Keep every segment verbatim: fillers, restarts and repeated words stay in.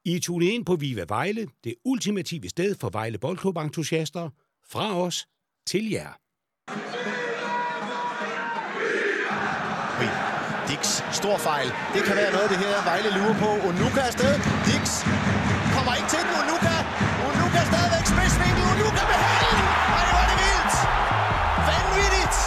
I er tunet ind på Viva Vejle, det ultimative sted for Vejle Boldklub-entusiaster. Fra os til jer. Dix, stor fejl. Det kan være noget, det her Vejle lurer på. Onuka er afsted. Dix kommer ikke til den. Onuka. Onuka er stadigvæk spidsvinkel. Onuka med halen. Ej, hvor er det vildt. Vanvittigt.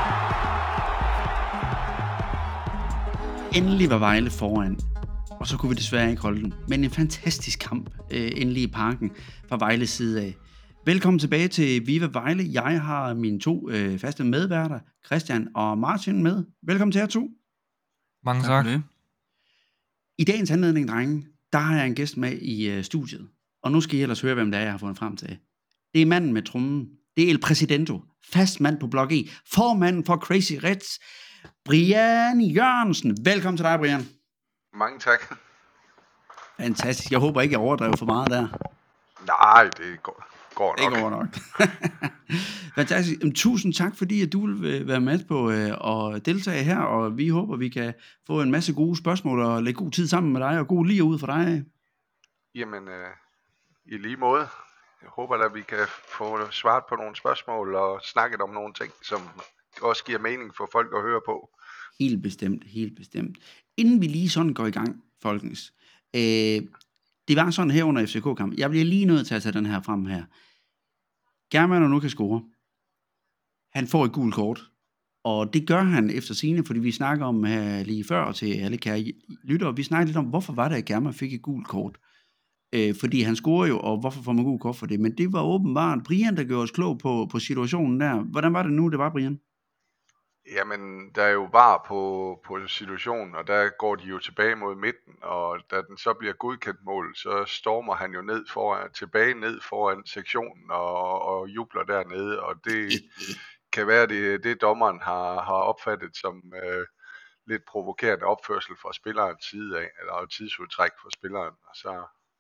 Endelig var Vejle foran. Og så kunne vi desværre ikke holde den. Men en fantastisk kamp øh, endelig i parken fra Vejles side af. Velkommen tilbage til Viva Vejle. Jeg har mine to øh, faste medværter, Christian og Martin, med. Velkommen til jer to. Mange tak. tak. I dagens anledning, drenge, der har jeg en gæst med i øh, studiet. Og nu skal I ellers høre, hvem det er, jeg har fundet frem til. Det er manden med trommen. Det er El Presidento. Fast mand på Blok E. Formanden for Crazy Reds. Brian Jørgensen. Velkommen til dig, Brian. Mange tak. Fantastisk. Jeg håber ikke, jeg overdrev for meget der. Nej, det går, går nok. Det går nok. Fantastisk. Tusind tak, fordi at du vil være med på øh, at deltage her, og vi håber, vi kan få en masse gode spørgsmål og lægge god tid sammen med dig, og god lige ud for dig. Jamen, øh, i lige måde. Jeg håber, at vi kan få svaret på nogle spørgsmål og snakket om nogle ting, som også giver mening for folk at høre på. Helt bestemt, helt bestemt. Inden vi lige sådan går i gang, folkens. Øh, det var sådan her under F C K-kampen. Jeg bliver lige nødt til at tage den her frem her. German nu kan score. Han får et gult kort. Og det gør han efter sigende, fordi vi snakker om her lige før til alle kære lyttere. Vi snakker lidt om, hvorfor var det, at German fik et gult kort. Øh, fordi han scorer jo, og hvorfor får man gult kort for det. Men det var åbenbart Brian, der gjorde os klog på, på situationen der. Hvordan var det nu, det var, Brian? Jamen, der er jo var på, på situationen, og der går de jo tilbage mod midten, og da den så bliver godkendt mål, så stormer han jo ned foran, tilbage ned foran sektionen og, og jubler dernede, og det kan være, det, det dommeren har, har opfattet som øh, lidt provokerende opførsel fra spillerens side af, eller tidsudtræk fra spilleren, og så...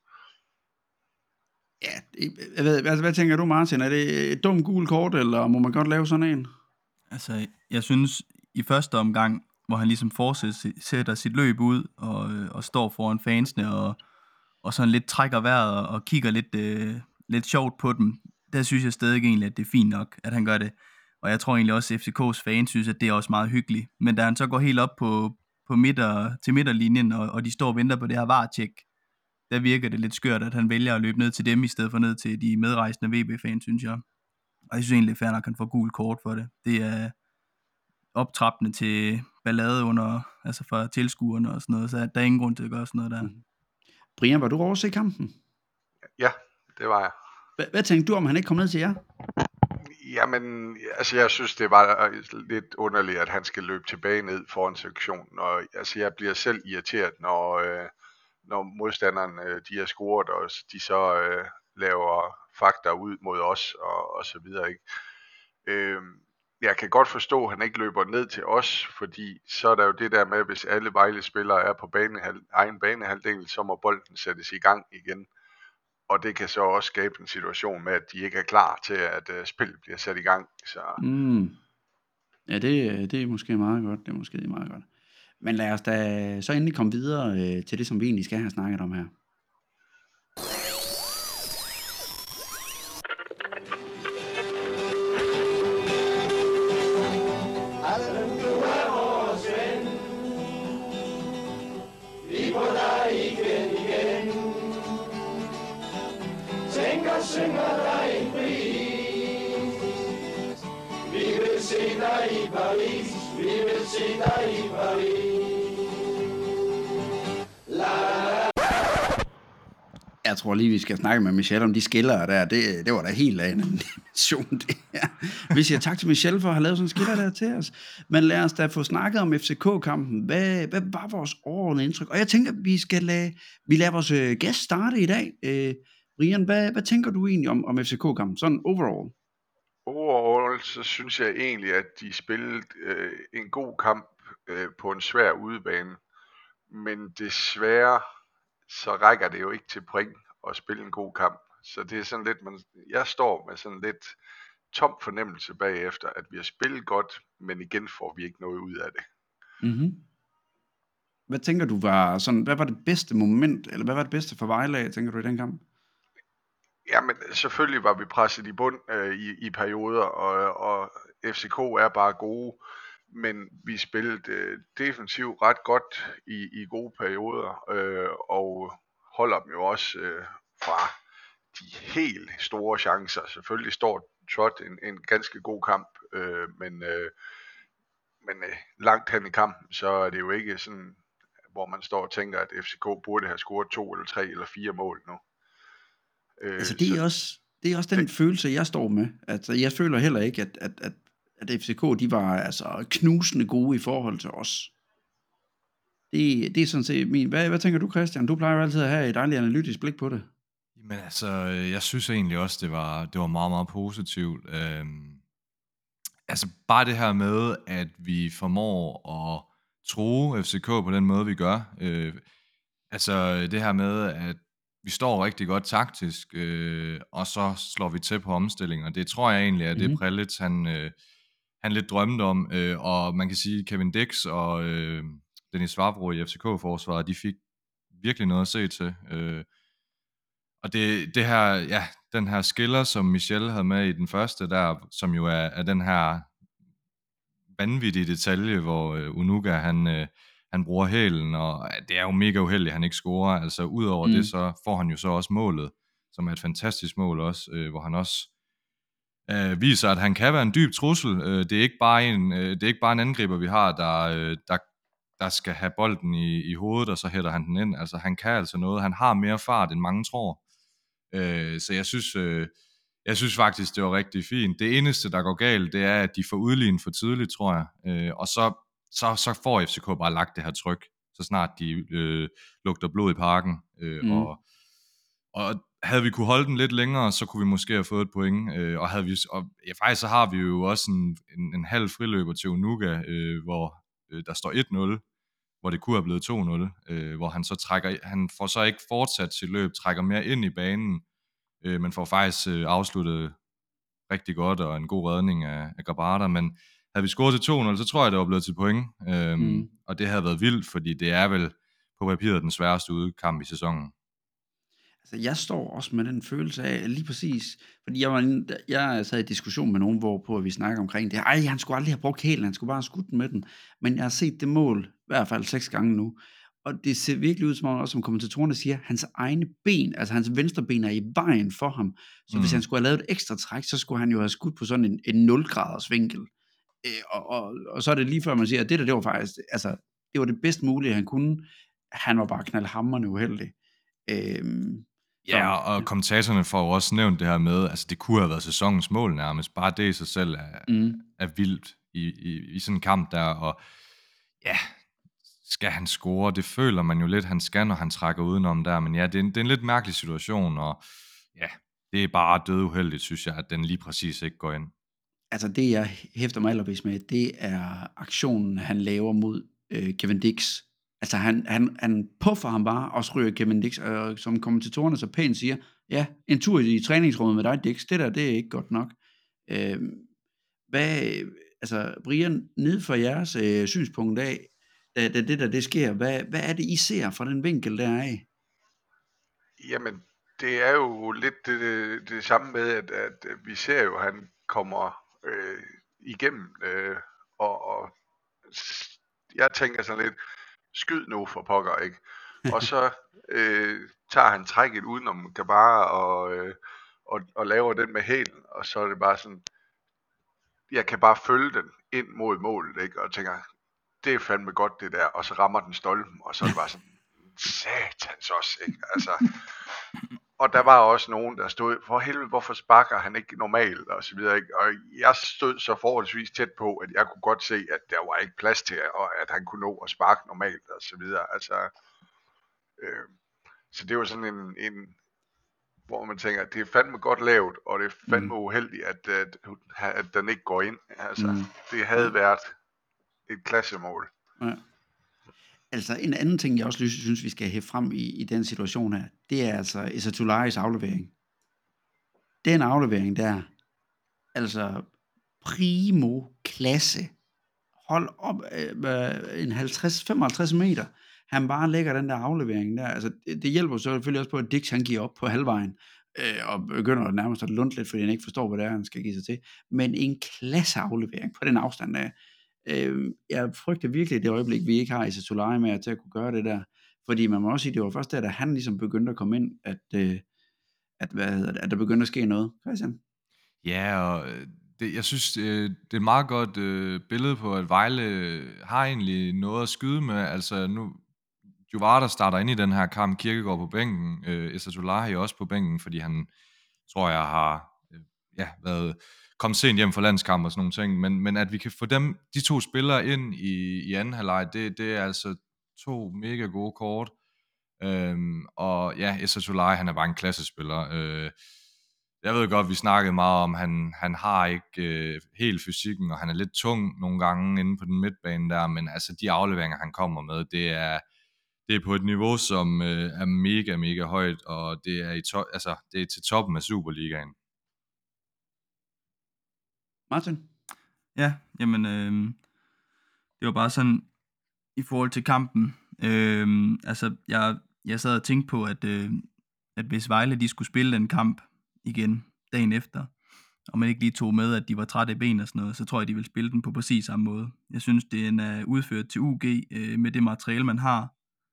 Ja, jeg ved, altså, hvad tænker du, Martin? Er det et dumt gult kort, eller må man godt lave sådan en? Altså, jeg synes, i første omgang, hvor han ligesom fortsætter sit løb ud, og, og står foran fansene, og, og sådan lidt trækker vejret, og kigger lidt, øh, lidt sjovt på dem, der synes jeg stadig egentlig, at det er fint nok, at han gør det. Og jeg tror egentlig også, at F C K's fans synes, at det er også meget hyggeligt. Men da han så går helt op på, på midter, til midterlinjen, og, og de står og venter på det her V A R-tjek, der virker det lidt skørt, at han vælger at løbe ned til dem, i stedet for ned til de medrejsende V B-fans, synes jeg. Og jeg synes egentlig, det er fair nok, at han får gul kort for det. Det er optrappende til ballade under, altså for tilskuerne og sådan noget, så der er ingen grund til at gøre sådan noget der. Mm. Brian, var du over at se kampen? Ja, det var jeg. H- hvad tænkte du, om han ikke kom ned til jer? Jamen, altså jeg synes, det var lidt underligt, at han skal løbe tilbage ned foran sektionen, og altså jeg bliver selv irriteret, når, øh, når modstanderne øh, de har scoret, og de så øh, laver fakta ud mod os, og, og så videre, ikke? Øh, jeg kan godt forstå, at han ikke løber ned til os, fordi så er der jo det der med, hvis alle Vejle-spillere er på banehal, egen banehalvdel, så må bolden sættes i gang igen. Og det kan så også skabe en situation med, at de ikke er klar til, at uh, spillet bliver sat i gang. Så... Mm. Ja, det, det er måske meget godt. Det er måske meget godt. Men lad os da så endelig komme videre øh, til det, som vi egentlig skal have snakket om her. Synger dig en pris. Vi vil se dig i Paris. Vi vil se dig i Paris. La, la. Jeg tror lige, vi skal snakke med Michelle om de skiller der. Det, det var da helt af en dimension, det her. Vi siger tak til Michelle for at have lavet sådan en skiller der til os. Men lad os da få snakket om F C K-kampen. Hvad, hvad var vores overordnede indtryk? Og jeg tænker, vi skal lade, vi lader vores øh, gæst starte i dag. Øh, Brian, hvad, hvad tænker du egentlig om, om F C K-kampen, sådan overall? Overall, så synes jeg egentlig, at de spillede øh, en god kamp øh, på en svær udebane. Men desværre, så rækker det jo ikke til point at spille en god kamp. Så det er sådan lidt, man, jeg står med sådan lidt tom fornemmelse bagefter, at vi har spillet godt, men igen får vi ikke noget ud af det. Mm-hmm. hvad tænker du var sådan, hvad var det bedste moment, eller hvad var det bedste for Vejle, tænker du, i den kamp? Jamen, selvfølgelig var vi presset i bund øh, i, i perioder, og, og F C K er bare gode, men vi spillede øh, defensivt ret godt i, i gode perioder, øh, og holder dem jo også øh, fra de helt store chancer. Selvfølgelig står Trot en, en ganske god kamp, øh, men, øh, men øh, langt hen i kampen, så er det jo ikke sådan, hvor man står og tænker, at F C K burde have scoret to eller tre eller fire mål nu. Øh, Altså, det er så, også, det er også den det- følelse, jeg står med. Altså, jeg føler heller ikke, at, at, at, at F C K, de var altså knusende gode i forhold til os. Det, det er sådan set min... Hvad, hvad tænker du, Christian? Du plejer jo altid at have et dejligt analytisk blik på det. Men altså, øh, jeg synes egentlig også, det var, det var meget, meget positivt. Øhm, altså, bare det her med, at vi formår at tro F C K på den måde, vi gør. Øh, altså, det her med, at vi står rigtig godt taktisk, øh, og så slår vi til på omstillinger. Det tror jeg egentlig er det, Mhm. Prelitz, han, øh, han lidt drømte om. Øh, og man kan sige, Kevin Dix og øh, Dennis Vavro i F C K-forsvaret, de fik virkelig noget at se til. Øh, og det, det her, ja, den her skiller, som Michel havde med i den første der, som jo er, er den her vanvittige detalje, hvor øh, Unuka, han, øh, han bruger hælen, og øh, det er jo mega uheldigt, at han ikke scorer. Altså, udover Mm. mm. det, så får han jo så også målet, som er et fantastisk mål også, øh, hvor han også øh, viser, at han kan være en dyb trussel. Øh, det er ikke bare en, øh, det er ikke bare en angriber, vi har, der, øh, der, der skal have bolden i, i hovedet, og så hætter han den ind. Altså, han kan altså noget. Han har mere fart, end mange tror. Øh, så jeg synes, øh, jeg synes faktisk, det var rigtig fint. Det eneste, der går galt, det er, at de får udlignet for tidligt, tror jeg. Øh, og så, så, så får F C K bare lagt det her tryk, så snart de øh, lugter blod i parken. Øh, Mm. og, og havde vi kunne holde den lidt længere, så kunne vi måske have fået et point. Øh, og, havde vi, og ja, faktisk så har vi jo også en, en, en halv friløber til Unuka, øh, hvor øh, der står et nul, hvor det kunne have blevet to nul, øh, hvor han så trækker, han får så ikke fortsat sit løb, trækker mere ind i banen, øh, men får faktisk øh, afsluttet rigtig godt, og en god redning af, af Grabada, men havde vi scoret til to nul, så tror jeg, det var blevet til point, øhm, Mm. og det havde været vildt, fordi det er vel på papiret den sværeste udkamp i sæsonen. Altså, jeg står også med den følelse af, lige præcis, fordi jeg var inde, jeg sad i diskussion med nogen, hvorpå vi snakker omkring det. Ej, han skulle aldrig have brugt hælen, han skulle bare have skudt den med den. Men jeg har set det mål, i hvert fald seks gange nu, og det ser virkelig ud, som om, også som kommentatorerne siger, hans egne ben, altså hans venstre ben er i vejen for ham. Så mm. hvis Mm. han skulle have lavet et ekstra træk, så skulle han jo have skudt på sådan en, en nul graders vinkel. Øh, og, og, og så er det lige før, man siger, at det der, det var faktisk, altså, det var det bedst mulige, han kunne. Han var bare knaldhamrende uheldig. Øhm, Ja, og, og kommentatorerne får jo også nævnt det her med, altså det kunne have været sæsonens mål nærmest, bare det i sig selv er, Mm. er vildt i, i, i sådan en kamp der, og ja, skal han score? Det føler man jo lidt, han skal, når han trækker udenom der, men ja, det er en, det er en lidt mærkelig situation, og ja, det er bare døduheldigt, synes jeg, at den lige præcis ikke går ind. Altså det, jeg hæfter mig allerbedst med, det er aktionen, han laver mod øh, Kevin Dix. Altså han, han, han puffer ham bare, og så ryger Kevin Dix, og som kommentatorerne så pænt siger, ja, en tur i træningsrummet med dig, Dix, det der, det er ikke godt nok. Øh, hvad, altså Brian, ned for jeres øh, synspunkt af, da, da det der, det sker, hvad, hvad er det, I ser fra den vinkel der af? Jamen, det er jo lidt det, det, det samme med, at, at vi ser jo, at han kommer øh, igennem, øh, og, og s- jeg tænker sådan lidt, skyd nu for pokker, ikke? Og så øh, tager han trækket udenom Gabara og, øh, og, og laver den med hælen, og så er det bare sådan, jeg kan bare følge den ind mod målet, ikke? Og tænker, det er fandme godt det der, og så rammer den stolpen, og så er det bare sådan, satans også, ikke? Altså, og der var også nogen, der stod, for helvede, hvorfor sparker han ikke normalt, og så videre, ikke? Og jeg stod så forholdsvis tæt på, at jeg kunne godt se, at der var ikke plads til, og at han kunne nå at sparke normalt, og så videre, altså, øh, så det var sådan en, en, hvor man tænker, at det er fandme godt lavet, og det er fandme Mm. uheldigt, at, at, at den ikke går ind, altså, Mm. det havde været et klassemål. Ja. Altså en anden ting, jeg også lyst- synes, vi skal hæve frem i, i den situation her, det er altså Issa Tularis aflevering. Den aflevering der, altså primo klasse, hold op, øh, en halvtreds femoghalvtreds meter, han bare lægger den der aflevering der. Altså, det, det hjælper så selvfølgelig også på, at Dix han giver op på halvvejen, øh, og begynder at nærmest at lunde lidt, fordi han ikke forstår, hvad det er, han skal give sig til. Men en klasse aflevering på den afstand der. Øh, jeg frygter virkelig det øjeblik, vi ikke har Issa Solari med til at kunne gøre det der. Fordi man må også sige, det var først der, da han ligesom begyndte at komme ind, at, øh, at, hvad hedder det, at der begyndte at ske noget. Christian? Ja, og øh, det, jeg synes, øh, det er et meget godt øh, billede på, at Vejle har egentlig noget at skyde med. Altså nu, Juvara starter ind i den her kamp, Kirkegaard på bænken, øh, Issa Solari også på bænken, fordi han, tror jeg, har øh, ja, været kommet sent hjem fra landskamp og sådan nogle ting. Men, men at vi kan få dem, de to spillere ind i, i anden halvleg, det, det er altså to mega gode kort. Øhm, og ja, Issa Solari, han er bare en klassespiller. Øh, jeg ved godt, vi snakkede meget om, han, han har ikke øh, helt fysikken, og han er lidt tung nogle gange inde på den midtbane der, men altså de afleveringer, han kommer med, det er, det er på et niveau, som øh, er mega, mega højt, og det er, i to- altså, det er til toppen af Superligaen. Martin? Ja, jamen, øh, det var bare sådan, i forhold til kampen, øh, altså, jeg, jeg sad og tænkte på, at, øh, at hvis Vejle, de skulle spille den kamp igen dagen efter, og man ikke lige tog med, at de var trætte i ben og sådan noget, så tror jeg, de vil spille den på præcis samme måde. Jeg synes, det er udført til U G øh, med det materiale, man har,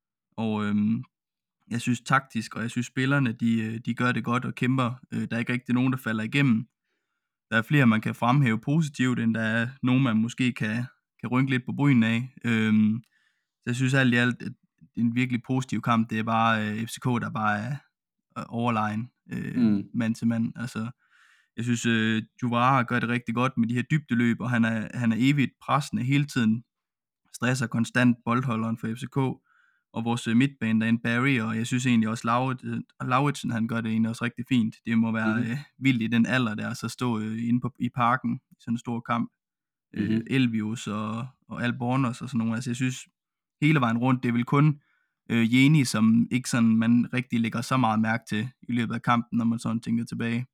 og øh, jeg synes taktisk, og jeg synes spillerne, de, de gør det godt og kæmper. Øh, der er ikke rigtig nogen, der falder igennem. Der er flere, man kan fremhæve positivt, end der er nogen, man måske kan, kan rynke lidt på brynen af. Øhm, så jeg synes alt i alt, at det er en virkelig positiv kamp. Det er bare øh, F C K, der bare er øh, overlegen øh, mm. mand til mand. Altså, jeg synes, øh, Juvara gør det rigtig godt med de her dybdeløb, og han er, han er evigt pressende hele tiden. Stresser konstant boldholderen for F C K, og vores midtbane derinde, Barry, og jeg synes egentlig også, Lauritsen, han gør det egentlig også rigtig fint. Det må være mm-hmm. øh, vildt i den alder der, så stå øh, inde på, i parken i sådan en stor kamp. Mm-hmm. Øh, Elvius og, og Albornoz og sådan nogle. Altså jeg synes, hele vejen rundt, det er vel kun øh, Jeni, som ikke sådan, man rigtig lægger så meget mærke til i løbet af kampen, når man sådan tænker tilbage.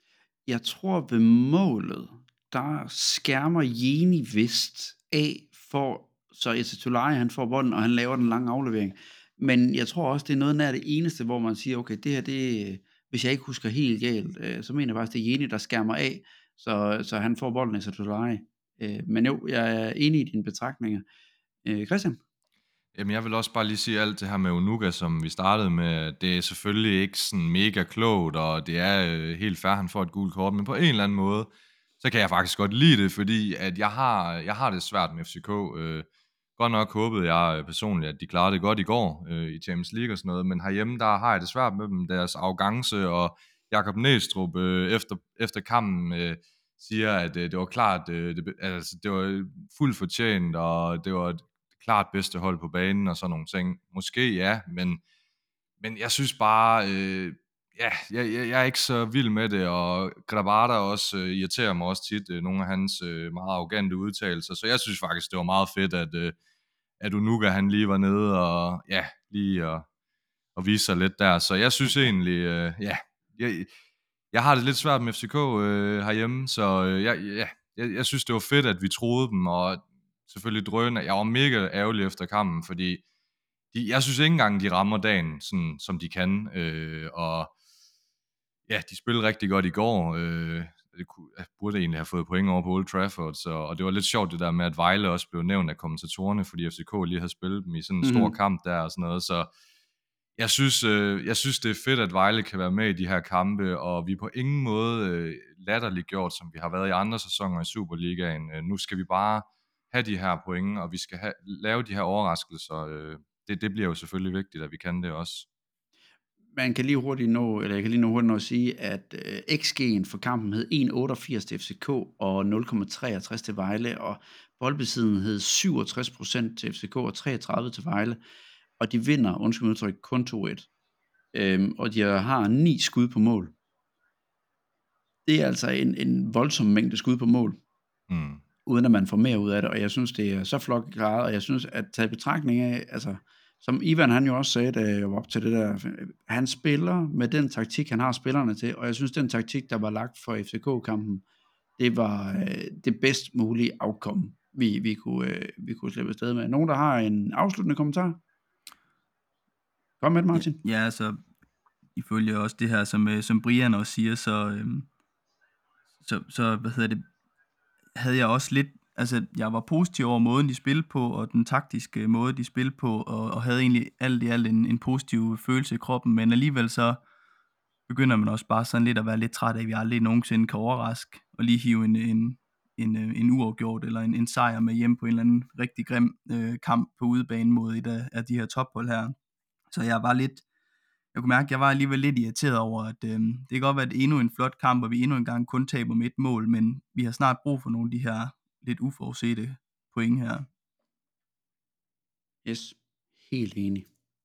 Jeg tror ved målet, der skærmer Jeni vist af for så Issa Solari, han får bolden, og han laver den lange aflevering. Men jeg tror også, det er noget nær det eneste, hvor man siger, okay, det her, det, hvis jeg ikke husker helt galt, øh, så mener jeg faktisk, det er Jeni, der skærmer af, så, så han får bolden Issa Solari. Øh, men jo, jeg er enig i dine betragtninger. Øh, Christian? Jamen, jeg vil også bare lige sige alt det her med Onuga, som vi startede med. Det er selvfølgelig ikke sådan mega klogt, og det er øh, helt fair, han får et gult kort, men på en eller anden måde, så kan jeg faktisk godt lide det, fordi at jeg har, jeg har det svært med F C K. Øh, godt nok håbede jeg personligt, at de klarede det godt i går øh, i Champions League og sådan noget, men herhjemme, der har jeg det svært med dem, deres arrogance, og Jakob Næstrup øh, efter, efter kampen øh, siger, at øh, det var klart, øh, det, altså, det var fuldt fortjent, og det var et klart bedste hold på banen og sådan nogle ting. Måske ja, men, men jeg synes bare, øh, ja, jeg, jeg, jeg er ikke så vild med det, og Grabada også øh, irriterer mig også tit, øh, nogle af hans øh, meget arrogante udtalelser, så jeg synes faktisk, det var meget fedt, at, øh, at Onuga han lige var nede og ja, lige at, at vise sig lidt der, så jeg synes egentlig, øh, ja, jeg, jeg har det lidt svært med F C K øh, herhjemme, så øh, jeg, ja, jeg, jeg synes, det var fedt, at vi troede dem, og selvfølgelig drønende. Jeg var mega ærgerlig efter kampen, fordi de, jeg synes ikke engang, de rammer dagen, sådan, som de kan. Øh, og ja, de spillede rigtig godt i går. Øh, det kunne, jeg burde egentlig have fået point over på Old Trafford. Så, og det var lidt sjovt det der med, at Vejle også blev nævnt af kommentatorerne, fordi F C K lige havde spillet dem i sådan en stor mm. kamp der og sådan noget. Så jeg synes, øh, jeg synes, det er fedt, at Vejle kan være med i de her kampe, og vi er på ingen måde øh, latterligt gjort, som vi har været i andre sæsoner i Superligaen. Øh, nu skal vi bare have de her point, og vi skal have, lave de her overraskelser. Øh, det, det bliver jo selvfølgelig vigtigt, at vi kan det også. Man kan lige hurtigt nå, eller jeg kan lige nå hurtigt nå at sige, at øh, X G'en for kampen hed en komma otteogfirs til F C K og nul komma treogtres til Vejle, og boldbesiddelsen hed syvogtres procent til F C K og treogtredive til Vejle, og de vinder, undskyld mig udtryk, kun to et. Øhm, og de har ni skud på mål. Det er altså en, en voldsom mængde skud på mål. Mm. Uden at man får mere ud af det, og jeg synes, det er så flot grad, og jeg synes, at tage betragtning af, altså, som Ivan han jo også sagde, da jeg var op til det der, han spiller med den taktik, han har spillerne til, og jeg synes, den taktik, der var lagt for F C K-kampen, det var øh, det bedst mulige outcome, vi, vi, kunne, øh, vi kunne slippe afsted med. Nogen, der har en afsluttende kommentar? Kom med det, Martin. Ja, altså, ifølge også det her, som, øh, som Brian også siger, så, øhm, så, så, hvad hedder det, havde jeg også lidt, altså, jeg var positiv over måden, de spillede på, og den taktiske måde, de spillede på, og, og havde egentlig alt i alt en, en positiv følelse i kroppen, men alligevel så begynder man også bare sådan lidt at være lidt træt af, at vi aldrig nogensinde kan overraske, og lige hive en, en, en, en uafgjort, eller en, en sejr med hjem på en eller anden rigtig grim øh, kamp på udebane mod et af, af de her tophold her. Så jeg var lidt, jeg kunne mærke, at jeg var alligevel lidt irriteret over, at øh, det kan godt være, at endnu en flot kamp, og vi endnu en gang kun taber med et mål, men vi har snart brug for nogle af de her lidt uforudsete point her. Yes, helt enig.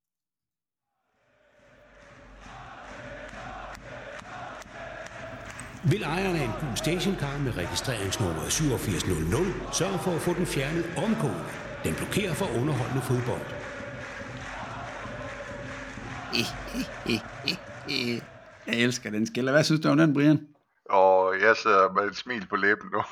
Vil ejerne af en gul stationcar med registreringsnummer syvogfirs nul nul sørge for at få den fjernet omgående? Den blokerer for underholdende fodbold. Jeg elsker den skiller. Hvad synes du om den, Brian? Og jeg sidder med et smil på læben nu.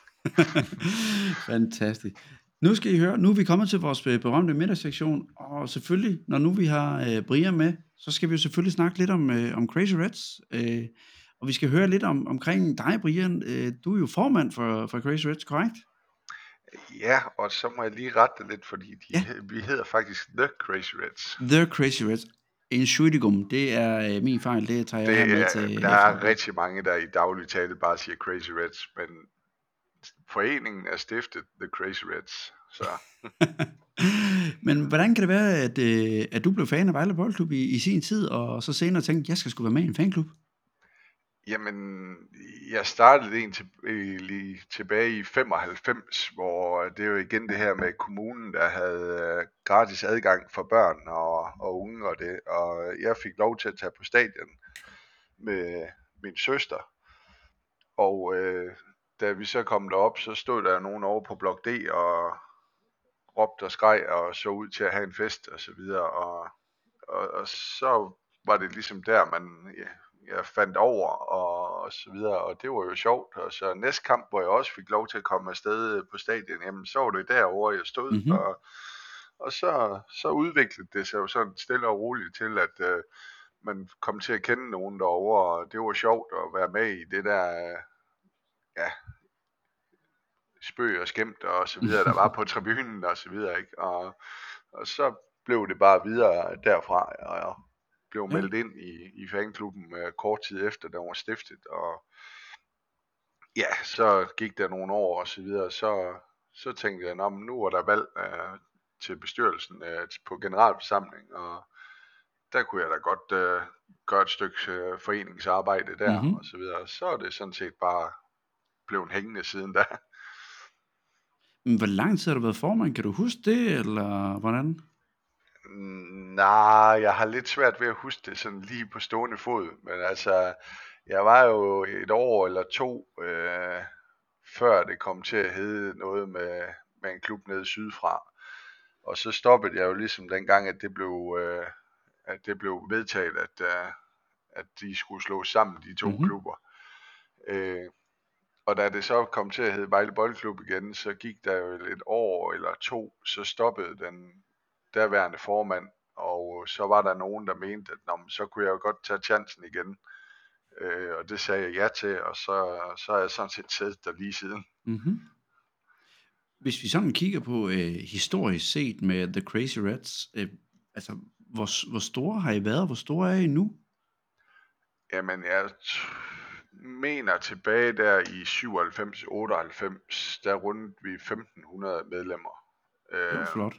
Fantastisk. Nu skal I høre, nu er vi kommet til vores berømte middagssektion, og selvfølgelig, når nu vi har øh, Brian med, så skal vi jo selvfølgelig snakke lidt om, øh, om Crazy Reds, øh, og vi skal høre lidt om, omkring dig, Brian. Øh, du er jo formand for, for Crazy Reds, korrekt? Ja, og så må jeg lige rette det lidt, fordi de, Ja. vi hedder faktisk The Crazy Reds. The Crazy Reds. Entschuldigung, det er øh, min fejl, det tager jeg her Det med er, til. der er rigtig mange, der i daglig tale bare siger Crazy Reds, men foreningen er stiftet The Crazy Reds. Så Men hvordan kan det være, at, øh, at du blev fan af Vejle Boldklub i, i sin tid, og så senere tænkte, at jeg skal sgu være med i en fanklub? Jamen, jeg startede en til, lige tilbage i femoghalvfems, hvor det er jo igen det her med kommunen, der havde øh, gratis adgang for børn og, og unge og det, og jeg fik lov til at tage på stadion med min søster, og øh, da vi så kom derop, så stod der nogen over på blok D og råbte og skreg og så ud til at have en fest og så videre, og, og, og så var det ligesom der, man... Ja, jeg fandt over og, og så videre, og det var jo sjovt. Og så næste kamp, hvor jeg også fik lov til at komme afsted på stadion, jamen så var det derovre, jeg stod, Mhm. og, og så, så udviklede det sig jo sådan stille og roligt til, at øh, man kom til at kende nogen derovre, og det var sjovt at være med i det der, øh, ja, spøg og skæmt og så videre, der var på tribunen og så videre, ikke? Og, og så blev det bare videre derfra, og blev Ja. meldt ind i, i fanklubben øh, kort tid efter, den var stiftet, og ja, så gik der nogle år og så videre, så, så tænkte jeg, nå, men nu er der valg øh, til bestyrelsen øh, på generalforsamling, og der kunne jeg da godt øh, gøre et stykke øh, foreningsarbejde der, Mhm. og så videre. Så er det sådan set bare blevet hængende siden da. Men hvor lang tid har du været formand? Kan du huske det, eller hvordan? Mm, Nej, jeg har lidt svært ved at huske det sådan lige på stående fod, men altså, jeg var jo et år eller to, øh, før det kom til at hedde noget med, med en klub nede sydfra. Og så stoppede jeg jo ligesom dengang, at det blev, øh, at det blev vedtaget, at, øh, at de skulle slås sammen, de to Mhm. klubber. Øh, og da det så kom til at hedde Vejle Boldklub igen, så gik der jo et år eller to, så stoppede den derværende formand, og så var der nogen, der mente, at nå, men så kunne jeg jo godt tage chancen igen. Øh, og det sagde jeg ja til, og så, så er jeg sådan set siddet der lige siden. Mhm. Hvis vi sådan kigger på øh, historisk set med The Crazy Reds, øh, altså hvor, hvor store har I været, hvor store er I nu? Jamen, jeg t- mener tilbage der i syvoghalvfems otteoghalvfems, der rundede vi femten hundrede medlemmer. Det var Øh, flot.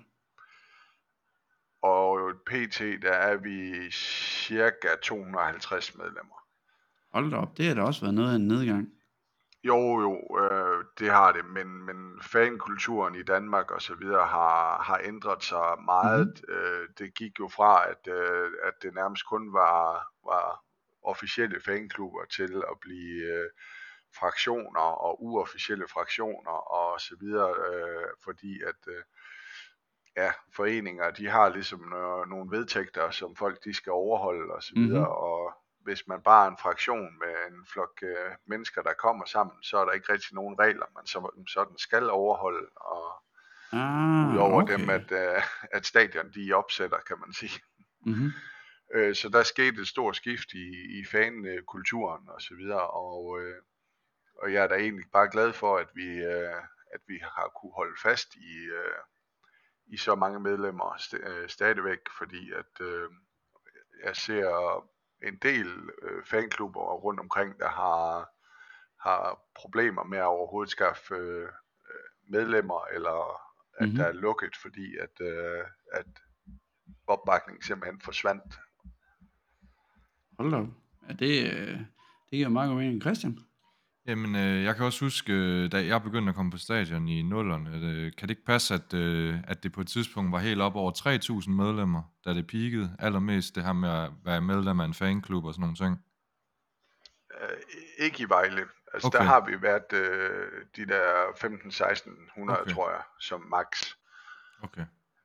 og pt. Der er vi cirka to hundrede og halvtreds medlemmer. Hold da op, det har da også været noget af en nedgang. Jo, jo, øh, det har det, men, men fankulturen i Danmark og så videre har, har ændret sig meget. Mhm. Øh, det gik jo fra, at, øh, at det nærmest kun var, var officielle fanklubber til at blive øh, fraktioner og uofficielle fraktioner og så videre, øh, fordi at øh, ja, foreninger, de har ligesom øh, nogle vedtægter, som folk de skal overholde og så videre, Mhm. og hvis man bare er en fraktion med en flok øh, mennesker, der kommer sammen, så er der ikke rigtig nogen regler, man som sådan skal overholde, og Ah, udover okay. dem, at, øh, at stadion de opsætter, kan man sige. Mm-hmm. Øh, så der skete et stort skift i, i fankulturen og så videre, og, øh, og jeg er da egentlig bare glad for, at vi, øh, at vi har kunne holde fast i, øh, i så mange medlemmer st- øh, stadigvæk, fordi at øh, jeg ser en del øh, fanklubber rundt omkring, der har, har problemer med at overhovedet skaffe øh, medlemmer, eller at Mm-hmm. der er lukket, fordi at, øh, at opbakningen simpelthen forsvandt. Hold da op. Ja, det, øh, det giver meget god mening. Christian? Jamen, øh, jeg kan også huske, øh, da jeg begyndte at komme på stadion i nullerne, øh, kan det ikke passe, at, øh, at det på et tidspunkt var helt op over tre tusind medlemmer, da det peakede? Allermest det her med at være medlem af en fanklub og sådan nogle ting. Øh, ikke i Vejle. Altså Okay. der har vi været øh, de der femten seksten hundrede, Okay. tror jeg, som max. Okay.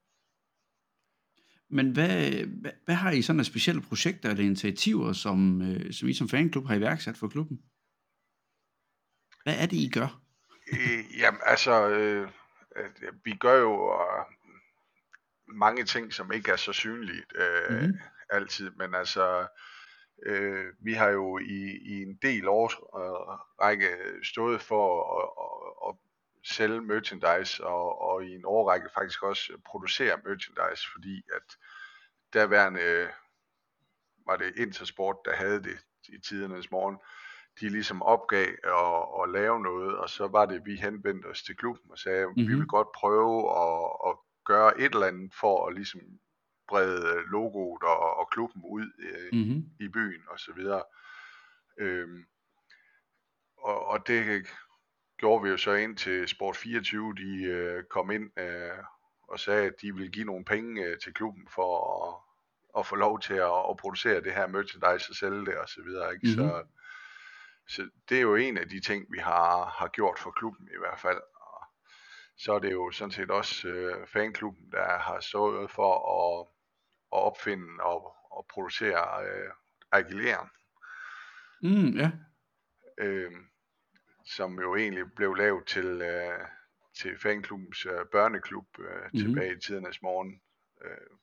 Men hvad, hvad, hvad har I sådan af specielle projekter eller initiativer, som, øh, som I som fanklub har iværksat for klubben? Hvad er det, I gør? Øh, jamen altså, øh, øh, vi gør jo øh, mange ting, som ikke er så synlige øh, Mm-hmm. altid, men altså, øh, vi har jo i, i en del års øh, række stået for at, at, at sælge merchandise, og, og i en årrække faktisk også producere merchandise, fordi at derværende var det Intersport, der havde det i tidernes morgen. De ligesom opgav at, at lave noget, og så var det, vi henvendte os til klubben og sagde, mm-hmm. vi vil godt prøve at, at gøre et eller andet for at ligesom brede logoet og, og klubben ud øh, Mm-hmm. i byen og så videre. Øhm, og, og det gjorde vi jo så ind til Sport fireogtyve, de øh, kom ind øh, og sagde, at de ville give nogle penge øh, til klubben for at, at få lov til at, at producere det her merchandise og sælge det og så videre. Ikke? Mm-hmm. Så, så det er jo en af de ting, vi har, har gjort for klubben i hvert fald. Og så er det jo sådan set også øh, fanklubben, der har sørget for at, at opfinde og, og producere øh, Aguilera. Mm, ja. Øh, som jo egentlig blev lavet til, øh, til fanklubbens øh, børneklub øh, mm-hmm. tilbage i tidernes morgen. Øh,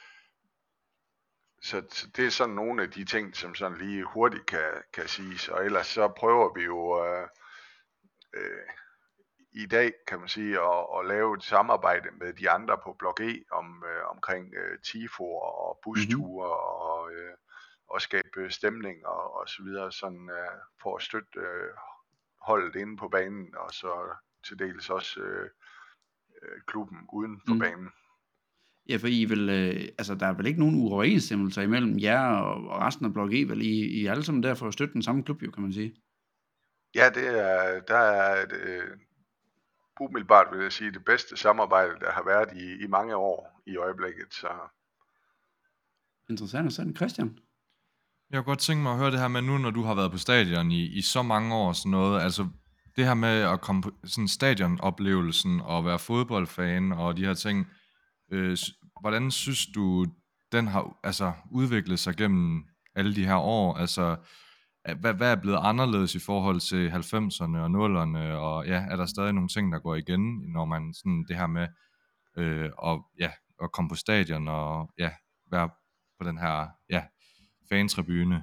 så, så det er sådan nogle af de ting, som sådan lige hurtigt kan, kan siges, og ellers så prøver vi jo øh, øh, i dag, kan man sige, at, at lave et samarbejde med de andre på Blok E om, øh, omkring øh, tifo og busture mm-hmm. og, øh, og skabe stemning og, og så videre, sådan øh, for at støtte øh, holdet inde på banen, og så til dels også øh, øh, klubben uden for mm. banen. Ja, for I vil, øh, altså, der er vel ikke nogen uoverensstemmelser imellem jer og, og resten af Blok E, vel? I, I er alle sammen der for at støtte den samme klub, jo, kan man sige. Ja, det er, der er et, øh, umiddelbart vil jeg sige, det bedste samarbejde, der har været i, i mange år i øjeblikket. Så. Interessant. Sådan, Christian? Jeg kunne godt tænke mig at høre det her med nu, når du har været på stadion i, i så mange år og sådan noget, altså det her med at komme på sådan stadionoplevelsen og være fodboldfan og de her ting, øh, hvordan synes du, den har altså udviklet sig gennem alle de her år? Altså, hvad, hvad er blevet anderledes i forhold til halvfemserne og nullerne, og ja, er der stadig nogle ting, der går igen, når man sådan det her med øh, og, ja, at komme på stadion og ja, være på den her ja, fantribune?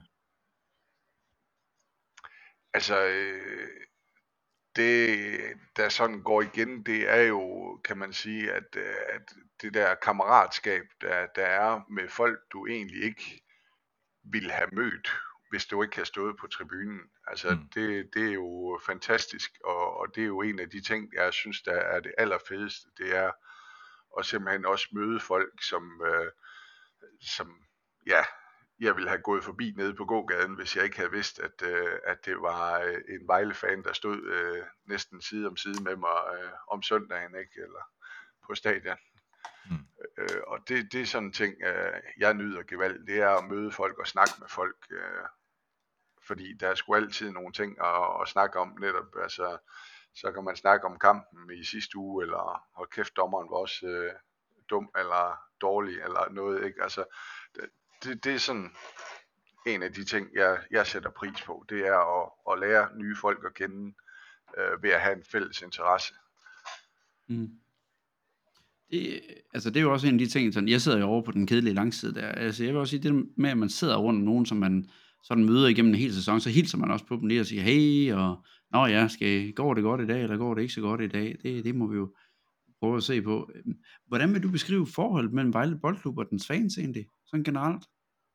Altså, øh, det der sådan går igen, det er jo, kan man sige, at, at det der kammeratskab, der, der er med folk, du egentlig ikke ville have mødt, hvis du ikke har stået på tribunen. Altså, mm. det, det er jo fantastisk, og, og det er jo en af de ting, jeg synes, der er det allerfedeste, det er at simpelthen også møde folk, som, øh, som ja, jeg ville have gået forbi nede på gågaden, hvis jeg ikke havde vidst, at, øh, at det var øh, en Vejle-fan, der stod øh, næsten side om side med mig øh, om søndagen, ikke? Eller på stadion. Mm. Øh, og det, det er sådan en ting, øh, jeg nyder gevaldigt, det er at møde folk og snakke med folk, øh, fordi der er sgu altid nogle ting at, at snakke om netop, altså, så kan man snakke om kampen i sidste uge, eller hold kæft, dommeren var også øh, dum, eller dårlig, eller noget, ikke? Altså, det, det, det er sådan en af de ting, jeg, jeg sætter pris på, det er at, at lære nye folk at kende, øh, ved at have en fælles interesse. Mm. Det, altså det er jo også en af de ting, sådan, jeg sidder jo over på den kedelige langside der. Altså jeg vil også sige, det med, at man sidder rundt om nogen, som man sådan møder igennem en hel sæson, så hilser man også på dem lige og siger, hey, og nå ja, skal, går det godt i dag, eller går det ikke så godt i dag? Det, det må vi jo prøve at se på. Hvordan vil du beskrive forholdet mellem Vejle Boldklub og dens fans egentlig, sådan generelt?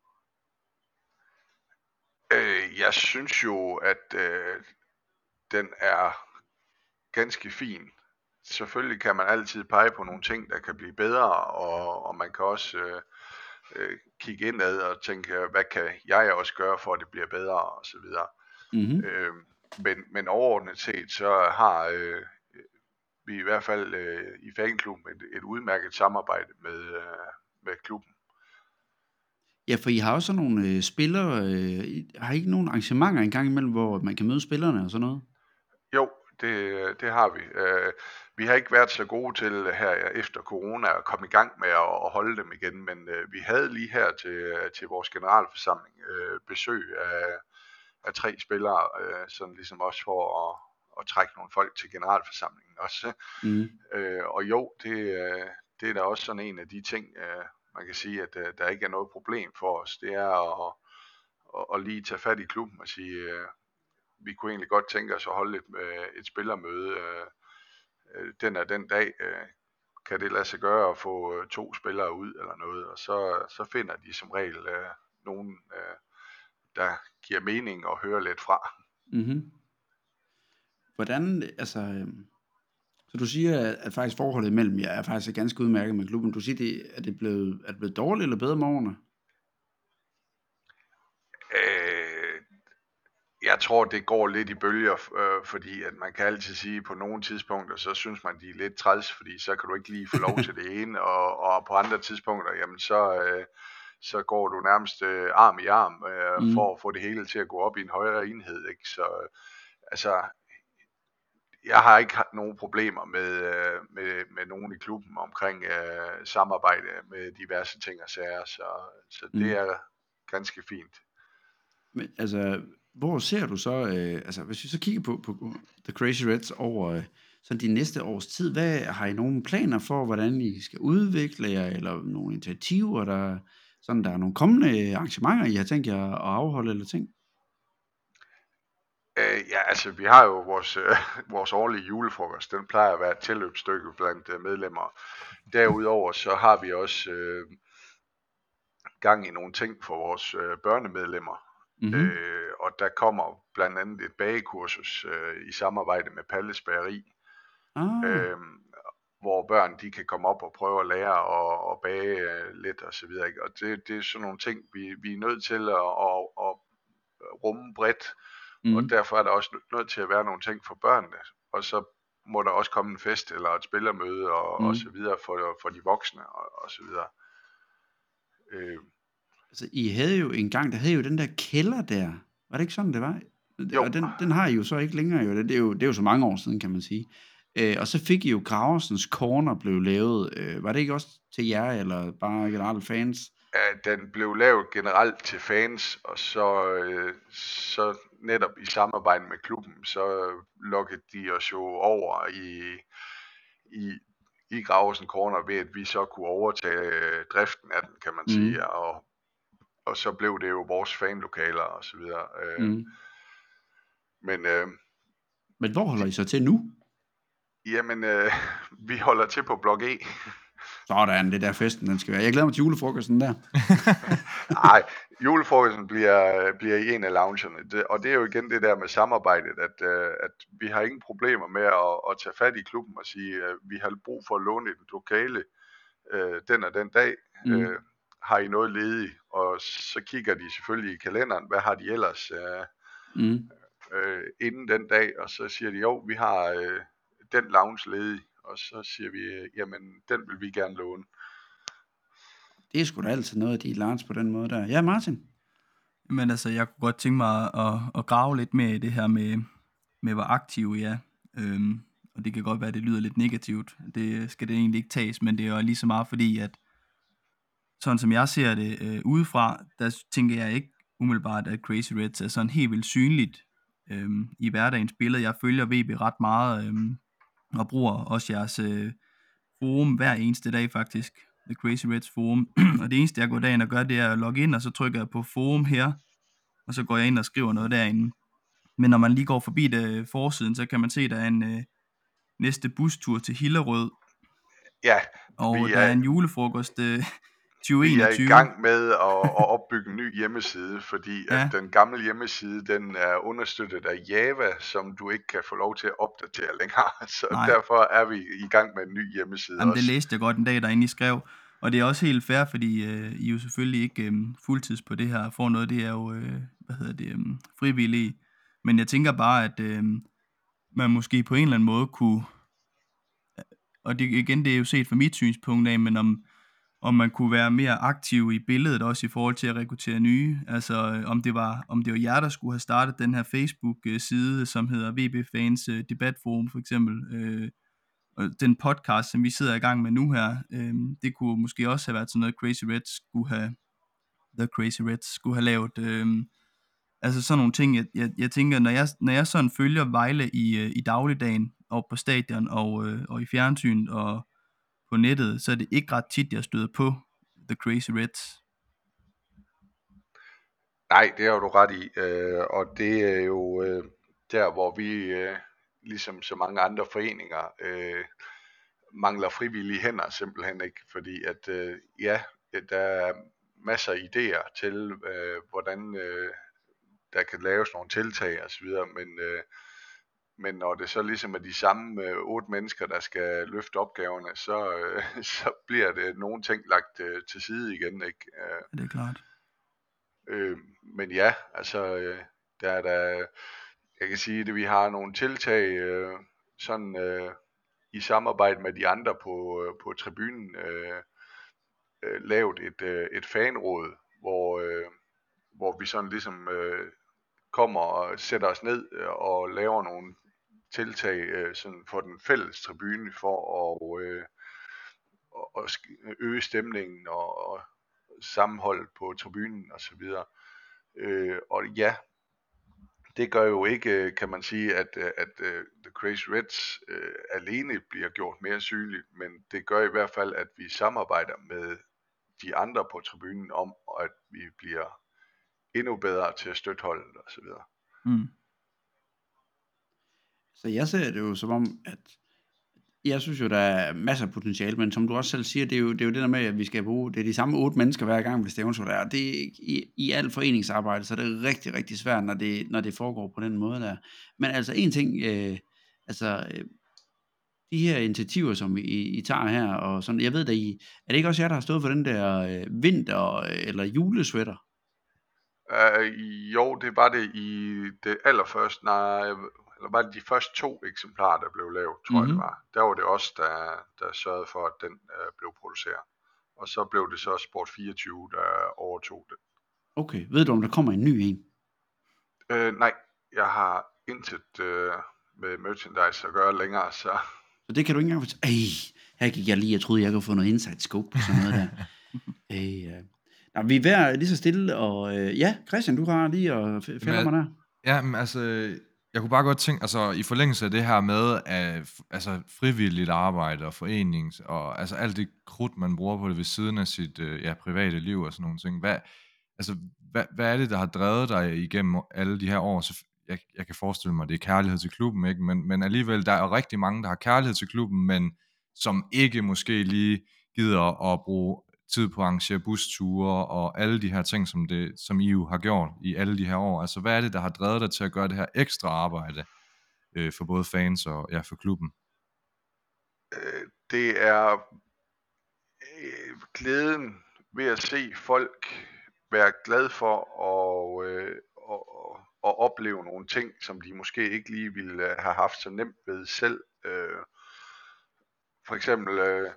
Øh, jeg synes jo, at øh, den er ganske fin. Selvfølgelig kan man altid pege på nogle ting, der kan blive bedre, og, og man kan også øh, øh, kigge indad og tænke, hvad kan jeg også gøre for, at det bliver bedre, og så videre. Mm-hmm. Øh, men, men overordnet set, så har øh, vi i hvert fald øh, i fanklubben et, et udmærket samarbejde med, øh, med klubben. Ja, for I har også sådan nogle øh, spillere, øh, I har I ikke nogle arrangementer engang imellem, hvor man kan møde spillerne og sådan noget? Jo, det, det har vi. Øh, vi har ikke været så gode til her efter corona at komme i gang med at, at holde dem igen, men øh, vi havde lige her til, til vores generalforsamling øh, besøg af, af tre spillere, øh, sådan ligesom også for at, at trække nogle folk til generalforsamlingen også. Mm. Øh, og jo, det, det er da også sådan en af de ting, øh, man kan sige, at øh, der ikke er noget problem for os. Det er at, at, at lige tage fat i klubben og sige, øh, vi kunne egentlig godt tænke os at holde et, et spillermøde øh, den er den dag. Øh, kan det lade sig gøre at få to spillere ud eller noget, og så, så finder de som regel øh, nogen, øh, der giver mening at høre lidt fra. Mm-hmm. Hvordan, altså, øh, så du siger, at, at faktisk forholdet mellem jer er faktisk ganske udmærket med klubben. Du siger, det, er det blevet, er det blevet dårligt eller bedre med årene? Øh, jeg tror, det går lidt i bølger, øh, fordi at man kan altid sige, på nogle tidspunkter, så synes man, de er lidt træls, fordi så kan du ikke lige få lov til det ene, og, og på andre tidspunkter, jamen så, øh, så går du nærmest øh, arm i arm øh, Mm. for at få det hele til at gå op i en højere enhed, ikke? Så øh, altså, jeg har ikke haft nogen problemer med, øh, med, med nogen i klubben omkring øh, samarbejde med diverse ting og sager, så, så Mm. det er ganske fint. Men, altså, hvor ser du så, øh, altså hvis vi så kigger på, på The Crazy Reds over øh, sådan de næste års tid, hvad har I nogle planer for, hvordan I skal udvikle jer, eller nogle initiativer, der, sådan, der er nogle kommende arrangementer, I har tænkt jer at afholde, eller ting? Øh, ja, altså vi har jo vores, øh, vores årlige julefrokost, den plejer at være et tilløbsstykke blandt øh, medlemmer. Derudover så har vi også øh, gang i nogle ting for vores øh, børnemedlemmer. Mm-hmm. Øh, og der kommer blandt andet et bagekursus øh, i samarbejde med Palles Bageri, Ah, øh, hvor børn de kan komme op og prøve at lære at, at bage øh, lidt og så videre, ikke? Og det, det er sådan nogle ting, vi, vi er nødt til at, at, at rumme bredt, mm. og derfor er der også nødt til at være nogle ting for børnene, og så må der også komme en fest eller et spillermøde og, Mm. og så videre for, for de voksne og, og så videre. Øh, Altså, I havde jo engang, der havde jo den der kælder der. Var det ikke sådan, det var? Jo. Og den, den har I jo så ikke længere jo. Det er jo, det er jo så mange år siden, kan man sige. Øh, og så fik I jo Graversens Corner blev lavet. Øh, var det ikke også til jer, eller bare generelt fans? Ja, den blev lavet generelt til fans, og så, øh, så netop i samarbejde med klubben, så lukkede de os jo over i, i, i Graversen Corner, ved at vi så kunne overtage øh, driften af den, kan man Mm. sige, og, og så blev det jo vores fanlokaler og så videre. Øh, Mm. Men øh, Men hvor holder I så til nu? jamen, øh, vi holder til på Blok E. Sådan, det der festen, den skal være. Jeg glæder mig til julefrokosten der. Nej, julefrokosten bliver, bliver i en af loungerne, det, og det er jo igen det der med samarbejdet, at, øh, at vi har ingen problemer med at, at tage fat i klubben og sige, at vi har brug for at låne et lokale øh, den og den dag. Mm. Øh, har I noget ledigt? Og så kigger de selvfølgelig i kalenderen, hvad har de ellers øh, Mm. øh, inden den dag, og så siger de, jo, vi har øh, den lounge ledig, og så siger vi, øh, jamen, den vil vi gerne låne. Det er sgu da altid noget, de launch på den måde der. Ja, Martin? Men altså, jeg kunne godt tænke mig at, at, at grave lidt mere i det her med, med hvor aktive I er. Øhm, og det kan godt være, at det lyder lidt negativt. Det skal det egentlig ikke tages, men det er jo lige så meget fordi, at sådan som jeg ser det øh, udefra, der tænker jeg ikke umiddelbart, at Crazy Reds er sådan helt vildt synligt øhm, i hverdagens billede. Jeg følger V B ret meget, øhm, og bruger også jeres øh, forum hver eneste dag faktisk. The Crazy Reds forum. Og det eneste, jeg går derind og gør, det er at logge ind, og så trykker jeg på forum her, og så går jeg ind og skriver noget derinde. Men når man lige går forbi det forsiden, så kan man se, at der er en øh, næste bustur til Hillerød, Ja, og vi der er er, en julefrokost øh, tyve vi er enogtyve. i gang med at, at opbygge en ny hjemmeside, fordi Ja. at den gamle hjemmeside, den er understøttet af Java, som du ikke kan få lov til at opdatere længere. Så Nej. derfor er vi i gang med en ny hjemmeside Jamen, også. det læste jeg godt en dag, derinde I skrev. Og det er også helt fair, fordi øh, I er jo selvfølgelig ikke øh, fuldtids på det her. For noget, det er jo, øh, hvad hedder det, øh, frivillige. Men jeg tænker bare, at øh, man måske på en eller anden måde kunne, og det, igen, det er jo set fra mit synspunkt af, men om, om man kunne være mere aktiv i billedet, også i forhold til at rekruttere nye. Altså, øh, om det var, om det var jer, der skulle have startet den her Facebook-side, som hedder V B Fans øh, Debatforum, for eksempel. Øh, og den podcast, som vi sidder i gang med nu her, øh, det kunne måske også have været sådan noget, Crazy Reds skulle have, The Crazy Reds skulle have lavet. Øh, altså sådan nogle ting, jeg, jeg, jeg tænker, når jeg, når jeg sådan følger Vejle i, øh, i dagligdagen, og på stadion, og, øh, og i fjernsynet, og på nettet, så er det ikke ret tit, jeg støder på The Crazy Reds. Nej, det har du ret i, øh, og det er jo øh, der, hvor vi, øh, ligesom så mange andre foreninger, øh, mangler frivillige hænder simpelthen ikke, fordi at øh, ja, der er masser af idéer til, øh, hvordan øh, der kan laves nogle tiltag og så videre, men, øh, men når det så ligesom er de samme øh, otte mennesker, der skal løfte opgaverne, så, øh, så bliver det nogle ting lagt øh, til side igen, ikke? Øh, Det er klart. øh, men ja, altså, øh, der er der, jeg kan sige, at vi har nogle tiltag, øh, sådan øh, i samarbejde med de andre på, øh, på tribunen, øh, øh, lavet et, øh, et fanråd, hvor, øh, hvor vi sådan ligesom øh, kommer og sætter os ned øh, og laver nogle tiltag øh, sådan for den fælles tribune for at, øh, at sk- øge stemningen og, og sammenholdet på tribunen og så videre. Øh, og ja, det gør jo ikke, kan man sige, at, at uh, The Crazy Reds uh, alene bliver gjort mere synligt, men det gør i hvert fald, at vi samarbejder med de andre på tribunen om, at vi bliver endnu bedre til at støtte holdet og så videre. Mm. Så jeg ser det jo som om, at jeg synes jo, der er masser af potentiale, men som du også selv siger, det er jo det, er jo det der med, at vi skal bruge, det er de samme otte mennesker hver gang, hvis stævn så der, og det er i, i alt foreningsarbejde, så det er rigtig, rigtig svært, når det, når det foregår på den måde der. Men altså en ting, øh, altså øh, de her initiativer, som I, I tager her, og sådan, jeg ved da, I, er det ikke også jer, der har stået for den der øh, vinter- eller julesweater? Uh, jo, det var det i det allerførste, nej, eller var det de første to eksemplarer, der blev lavet, tror mm-hmm. jeg det var. Der var det os, der, der sørgede for, at den uh, blev produceret. Og så blev det så Sport fireogtyve, der overtog det. Okay, ved du, om der kommer en ny en? Uh, nej, jeg har intet uh, med merchandise at gøre længere, så... Så det kan du ikke engang fortælle. Ej, her gik jeg lige, jeg troede, jeg kunne få noget inside scope på sådan noget der. Ej, uh... Nå, vi er ved lige så stille, og øh, ja, Christian, du har lige at fælde mig der. Ja, men altså, jeg kunne bare godt tænke, altså i forlængelse af det her med, at, altså frivilligt arbejde og forenings, og altså alt det krudt, man bruger på det ved siden af sit øh, ja, private liv og sådan nogle ting. Hvad, altså, hvad, hvad er det, der har drevet dig igennem alle de her år? Så jeg, jeg kan forestille mig, det er kærlighed til klubben, ikke? Men, men alligevel, der er rigtig mange, der har kærlighed til klubben, men som ikke måske lige gider at bruge tid på at arrangere busture og alle de her ting, som, det, som I jo har gjort i alle de her år. Altså, hvad er det, der har drevet dig til at gøre det her ekstra arbejde øh, for både fans og ja, for klubben? Øh, det er øh, glæden ved at se folk være glad for at, øh, at, at opleve nogle ting, som de måske ikke lige ville have haft så nemt ved selv. Øh, for eksempel... Øh,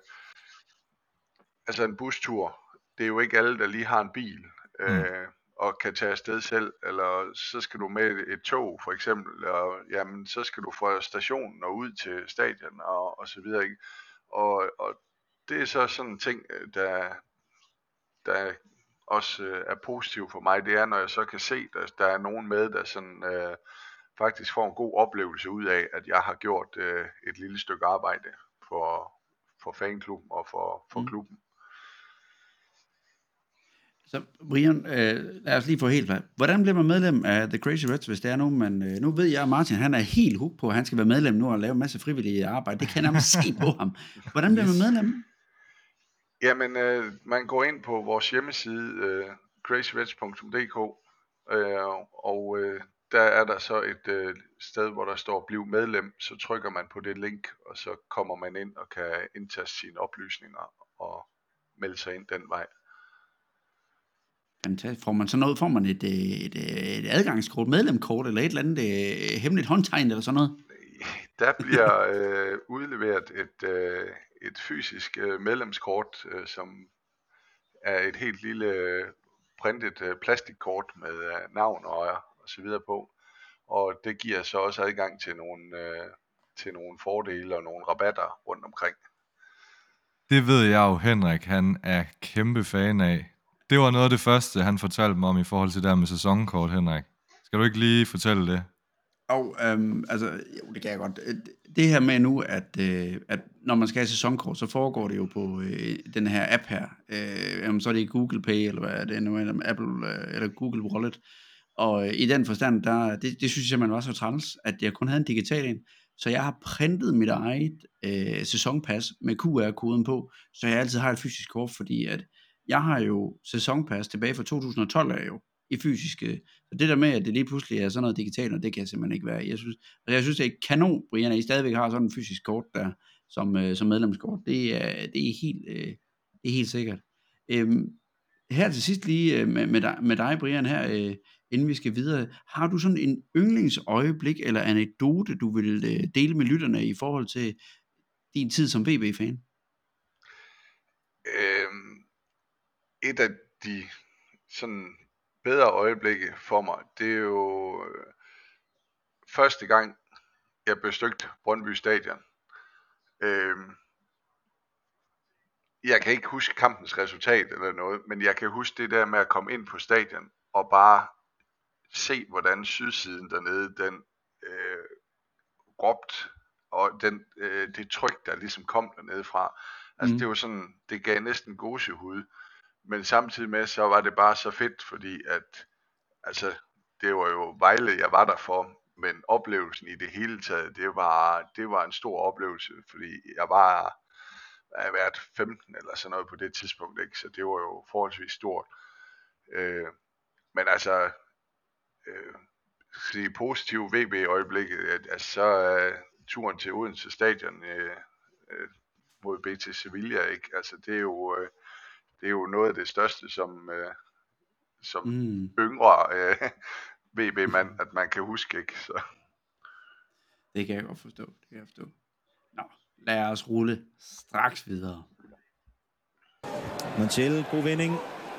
Altså en bustur, det er jo ikke alle, der lige har en bil mm. øh, og kan tage afsted selv, eller så skal du med et tog for eksempel, og jamen så skal du fra stationen og ud til stadion og, og så videre, ikke? Og, og det er så sådan en ting, der, der også øh, er positiv for mig, det er, når jeg så kan se, at der er nogen med, der sådan øh, faktisk får en god oplevelse ud af, at jeg har gjort øh, et lille stykke arbejde for for fanklubben og for, for Mm. klubben. Så Brian, øh, lad os lige få helt færdigt. Hvordan bliver man medlem af The Crazy Reds, hvis det er nogen, man... Øh, nu ved jeg, at Martin han er helt hooked på, at han skal være medlem nu og lave en masse frivillige arbejde. Det kan jeg nærmest se på ham. Hvordan bliver man medlem? Jamen, øh, man går ind på vores hjemmeside, øh, crazy reds punktum d k, øh, og øh, der er der så et øh, sted, hvor der står bliv medlem. Så trykker man på det link, og så kommer man ind og kan indtaste sine oplysninger og melde sig ind den vej. Fantastisk. Får man så noget? Får man et, et, et, et adgangskort, medlemkort, eller et eller andet et hemmeligt håndtegn, eller sådan noget? Der bliver øh, udleveret et, øh, et fysisk øh, medlemskort, øh, som er et helt lille øh, printet øh, plastikkort med øh, navn og, og så videre på. Og det giver så også adgang til nogle, øh, til nogle fordele og nogle rabatter rundt omkring. Det ved jeg jo, Henrik, han er kæmpe fan af. Det var noget af det første, han fortalte mig om i forhold til det her med sæsonkort, Henrik. Skal du ikke lige fortælle det? Og øhm, altså, jo, det kan jeg godt. Det her med nu, at, øh, at når man skal have sæsonkort, så foregår det jo på øh, den her app her. Øh, jamen, så er det Google Pay, eller hvad er det nu, eller Apple, øh, eller Google Wallet. Og øh, i den forstand, der, det, det synes jeg simpelthen var så træls, at jeg kun havde en digital en. Så jeg har printet mit eget øh, sæsonpas med Q R-koden på, så jeg altid har et fysisk kort, fordi at jeg har jo sæsonpas tilbage fra to tusind og tolv er jo i fysiske. Så det der med, at det lige pludselig er sådan noget digitalt, og det kan jeg simpelthen ikke være. Jeg synes, altså jeg synes det er kanon, Brian, at I stadigvæk har sådan en fysisk kort der, som, øh, som medlemskort. Det er, det er, helt, øh, det er helt sikkert. Øhm, her til sidst lige øh, med, med, dig, med dig, Brian, her, øh, inden vi skal videre. Har du sådan en yndlingsøjeblik eller anekdote, du vil øh, dele med lytterne i forhold til din tid som V B-fan? Øhm, et af de sådan bedre øjeblikke for mig, det er jo øh, første gang, jeg besøgte Brøndby Stadion. Øhm, jeg kan ikke huske kampens resultat eller noget, men jeg kan huske det der med at komme ind på stadion og bare se, hvordan sydsiden dernede, den øh, råbte, og den, øh, det tryk, der ligesom kom dernede fra. Altså Mm. det var sådan, det gav næsten gåsehud. Men samtidig med, så var det bare så fedt, fordi at, altså, det var jo Vejle, jeg var der for, men oplevelsen i det hele taget, det var, det var en stor oplevelse, fordi jeg var, jeg har været femten eller sådan noget på det tidspunkt, ikke? Så det var jo forholdsvis stort. Øh, men altså, øh, sige positive V B-øjeblikket, at, altså, så er turen til Odense Stadion øh, øh, mod B T Sevilla, ikke? Altså, det er jo... Øh, Det er jo noget af det største som, øh, som Mm. yngre øh, V B-mand, at man kan huske, ikke? Så. Det kan jeg godt forstå. Det kan jeg forstå. Nå, lad os rulle straks videre. Montiel, god vending.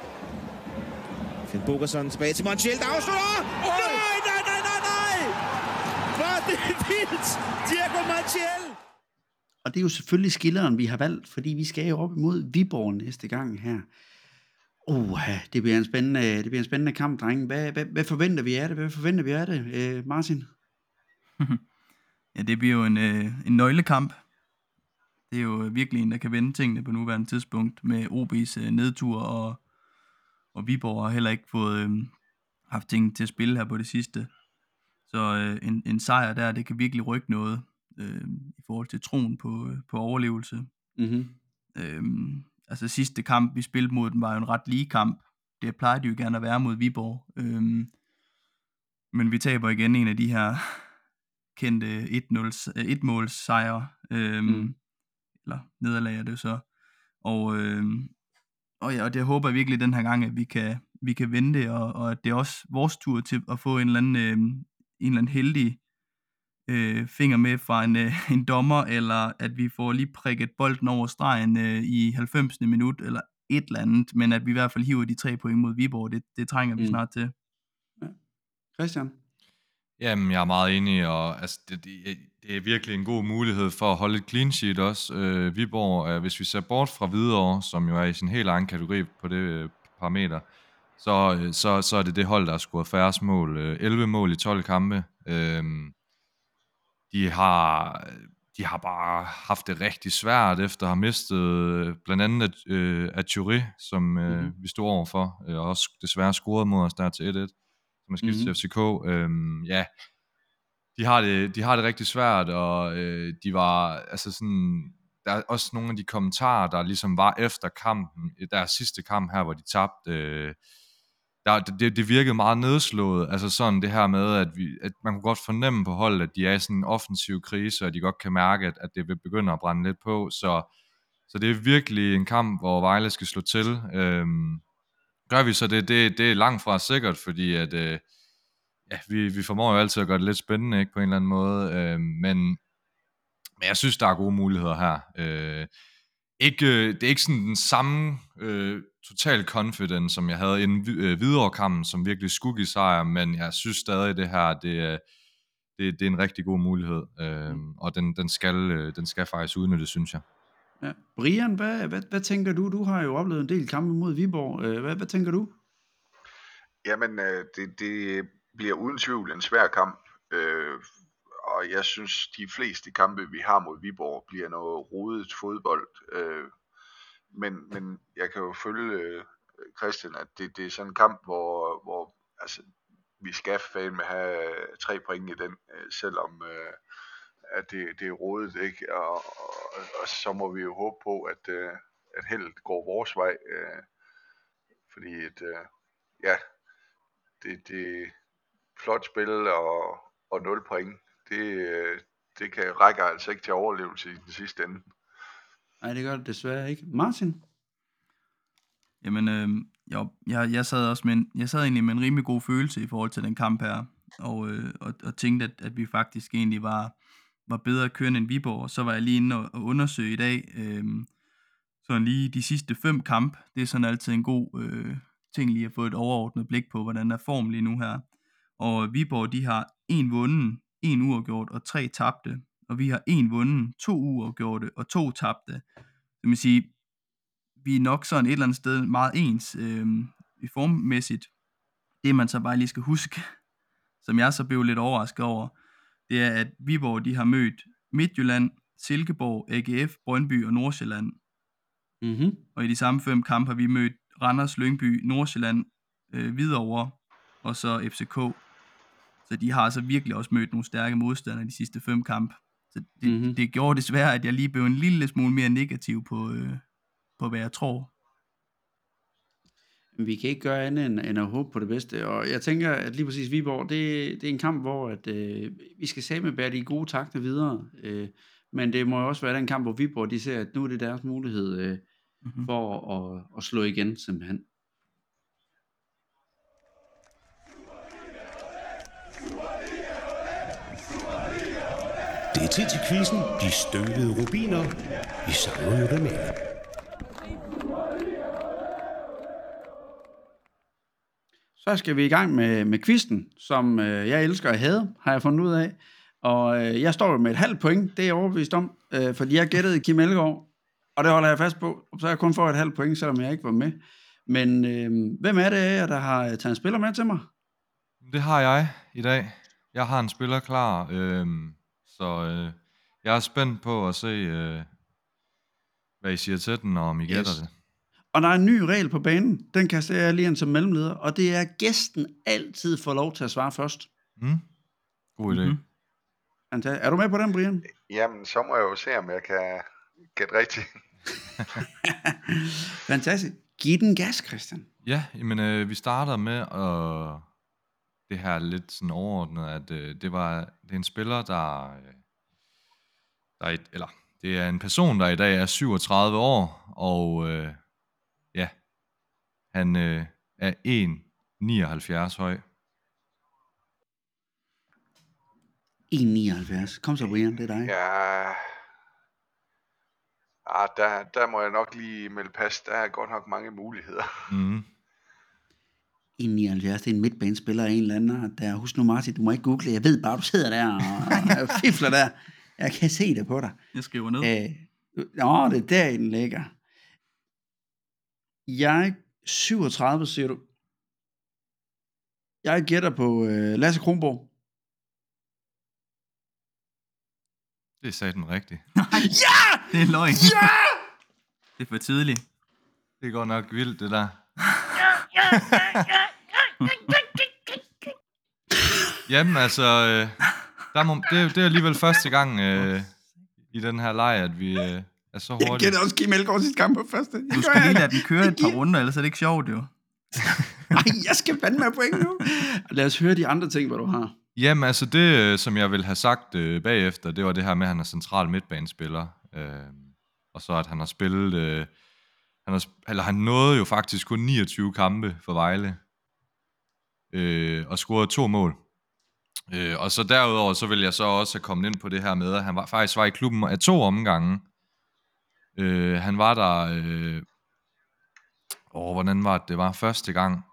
Finn Bogerson tilbage til Montiel, der afslutter! Nej, nej, nej, nej, nej! Hvor er det vildt! Diego Montiel! Og det er jo selvfølgelig skilleren, vi har valgt, fordi vi skal jo op imod Viborg næste gang her. Oh, det bliver en spændende, det bliver en spændende kamp, drenge. Hvad, hvad, hvad forventer vi af det? Hvad forventer vi af det, øh, Martin? Ja, det bliver jo en, øh, en nøglekamp. Det er jo virkelig en, der kan vende tingene på nuværende tidspunkt med O B's øh, nedtur, og, og Viborg har heller ikke fået øh, haft ting til at spille her på det sidste. Så øh, en, en sejr der, det kan virkelig rykke noget øh, i forhold til troen på, øh, på overlevelse. Mm-hmm. Øhm, altså sidste kamp, vi spillede mod den, var jo en ret lige kamp. Det plejer de jo gerne at være mod Viborg. Øhm, men vi taber igen en af de her kendte et-måls sejre. Øhm, Mm. Eller nederlag er det så. Og, øhm, og, ja, og det håber jeg virkelig den her gang, at vi kan, vi kan vende det, og, og at det er også vores tur til at få en eller anden, øh, en eller anden heldig øh, finger med fra en, øh, en dommer, eller at vi får lige prikket bolden over stregen øh, i halvfemsende minut, eller et eller andet, men at vi i hvert fald hiver de tre point mod Viborg, det, det trænger vi Mm. snart til. Christian? Jamen, jeg er meget enig, og altså, det, det, det er virkelig en god mulighed for at holde et clean sheet også. Øh, Viborg, øh, hvis vi ser bort fra Hvidovre, som jo er i sin helt egen kategori på det øh, parameter, så, øh, så, så er det det hold, der har scoret færrest mål. Øh, elleve mål i tolv kampe. Øh, de har de har bare haft det rigtig svært, efter at have mistet øh, blandt andet øh, Aturi, som øh, Mm-hmm. vi stod overfor, øh, og også desværre scorede mod os der til et et, som er skiftet Mhm. til F C K. Øhm, ja, de har, det, de har det rigtig svært, og øh, de var, altså sådan, der er også nogle af de kommentarer, der ligesom var efter kampen, deres sidste kamp her, hvor de tabte, øh, der, det, det virkede meget nedslået, altså sådan det her med, at, vi, at man kunne godt fornemme på holdet, at de er i sådan en offensiv krise, og de godt kan mærke, at, at det vil begynde at brænde lidt på, så, så det er virkelig en kamp, hvor Vejle skal slå til. Øhm, gør vi så det, det, det er langt fra sikkert, fordi at, øh, ja, vi, vi formår jo altid at gøre det lidt spændende, ikke, på en eller anden måde, øh, men, men jeg synes, der er gode muligheder her. Øh, ikke, øh, det er ikke sådan den samme øh, total confidence, som jeg havde inden øh, Hvidovre-kampen, som virkelig skulle give sejr, men jeg synes stadig, det her, det, øh, det, det er en rigtig god mulighed, øh, Mm. og den, den, skal, øh, den skal faktisk udnyttes, synes jeg. Ja. Brian, hvad, hvad, hvad tænker du? Du har jo oplevet en del kampe mod Viborg. Øh, Hvad, hvad tænker du? Jamen, øh, det, det bliver uden tvivl en svær kamp, øh, og jeg synes, de fleste kampe, vi har mod Viborg, bliver noget rodet fodbold. Øh, men, men jeg kan jo følge øh, Christian, at det, det er sådan en kamp, hvor, hvor altså, vi skal fandme have tre point i den, øh, selvom øh, at det, det er rodet, ikke? Og, og, og så må vi jo håbe på, at, øh, at heldet går vores vej, øh, fordi et, øh, ja, det, det flot spil og, og nul point, det, øh, det kan række altså ikke til overlevelse i den sidste ende. Nej, det gør det desværre ikke. Martin? Jamen, øh, jeg, jeg, jeg sad også med en, jeg sad egentlig med en rimelig god følelse i forhold til den kamp her, og, øh, og, og tænkte, at, at vi faktisk egentlig var, var bedre kørende end Viborg. Så var jeg lige inde og, og undersøge i dag, øh, sådan lige de sidste fem kamp. Det er sådan altid en god øh, ting lige at få et overordnet blik på, hvordan er formen lige nu her. Og Viborg, de har en vunden, en uafgjort og tre tabte, og vi har en vunden, to uafgjorte og to tabte. Det vil sige, vi er nok sådan et eller andet sted meget ens øh, i formmæssigt. Det man så bare lige skal huske, som jeg så blev lidt overrasket over, det er, at Viborg, de har mødt Midtjylland, Silkeborg, A G F, Brøndby og Nordsjælland. Mm-hmm. Og i de samme fem kampe har vi mødt Randers, Lyngby, Nordsjælland, øh, Hvidovre og så F C K. Så de har altså virkelig også mødt nogle stærke modstandere de sidste fem kampe. Så det, Mhm. det gjorde desværre, at jeg lige blev en lille smule mere negativ på, øh, på hvad jeg tror. Vi kan ikke gøre andet end, end at håbe på det bedste, og jeg tænker, at lige præcis Viborg, det, det er en kamp, hvor at, øh, vi skal sammen bære de gode takter videre, øh, men det må jo også være den kamp, hvor Viborg, de ser, at nu er det deres mulighed øh, Mm-hmm. for at, at slå igen, simpelthen. Det er tid til quizzen, de støvede rubiner. Vi savner jo dem alle. Så skal vi i gang med, med quizzen, som øh, jeg elsker at have, har jeg fundet ud af. Og øh, jeg står jo med et halvt point, det er jeg overbevist om, øh, fordi jeg gættede Kim Ellegaard, og det holder jeg fast på. Så jeg kun får et halvt point, selvom jeg ikke var med. Men øh, hvem er det af jer, der har taget en spiller med til mig? Det har jeg i dag. Jeg har en spiller klar, øh, så øh, jeg er spændt på at se, øh, hvad I siger til den, og om I gætter Yes. det. Og der er en ny regel på banen, den kaster jeg lige ind som mellemleder, og det er, at gæsten altid får lov til at svare først. Mm? God idé. Mhm. Fanta- Er du med på den, Brian? Jamen, så må jeg jo se, om jeg kan gætte rigtigt. Fantastisk. Giv den gas, Christian. Ja, men øh, vi starter med at det her lidt sådan overordnet, at øh, det var det er en spiller, der, øh, der er, eller det er en person, der i dag er syvogtredive år, og øh, ja, han øh, er en komma nioghalvfjerds høj. en komma nioghalvfjerds. Kom så, Brian, det er dig. Ja, ah, der, der må jeg nok lige melde pas. Der er godt nok mange muligheder. Mm. en komma nioghalvfjerds, det er en midtbanespiller af en eller anden. Der, husk nu, Martin, du må ikke google. Jeg ved bare, du sidder der og, og fifler der. Jeg kan se det på dig. Jeg skriver ned. Øh, nå, det er der, den ligger. Jeg syvogtredive, siger du. Jeg gætter på øh, Lasse Kronborg. Det er satan rigtigt. Ja! Det er løgn. Ja! Det er for tidligt. Det går nok vildt, det der. Jamen altså, øh, der må, det, det er alligevel første gang øh, i den her leg, at vi øh, er så Jeg hurtigt. gætter også Kim Elgaard sidste gang på første. Jeg Du gør skal lige det. lade den køre et par runder, ellers er det ikke sjovt, jo. Nej, jeg skal fandme have point nu. Lad os høre de andre ting, hvad du har. Jamen altså det, øh, som jeg ville have sagt øh, bagefter, det var det her med, at han er central midtbanespiller. Øh, og så at han har spillet, øh, han, har, sp- eller han nåede jo faktisk kun niogtyve kampe for Vejle. Øh, og scorede to mål. Øh, og så derudover, så vil jeg så også have kommet ind på det her med, at han var, faktisk var i klubben af to omgange. Øh, han var der, øh, åh, hvordan var det, det var første gang?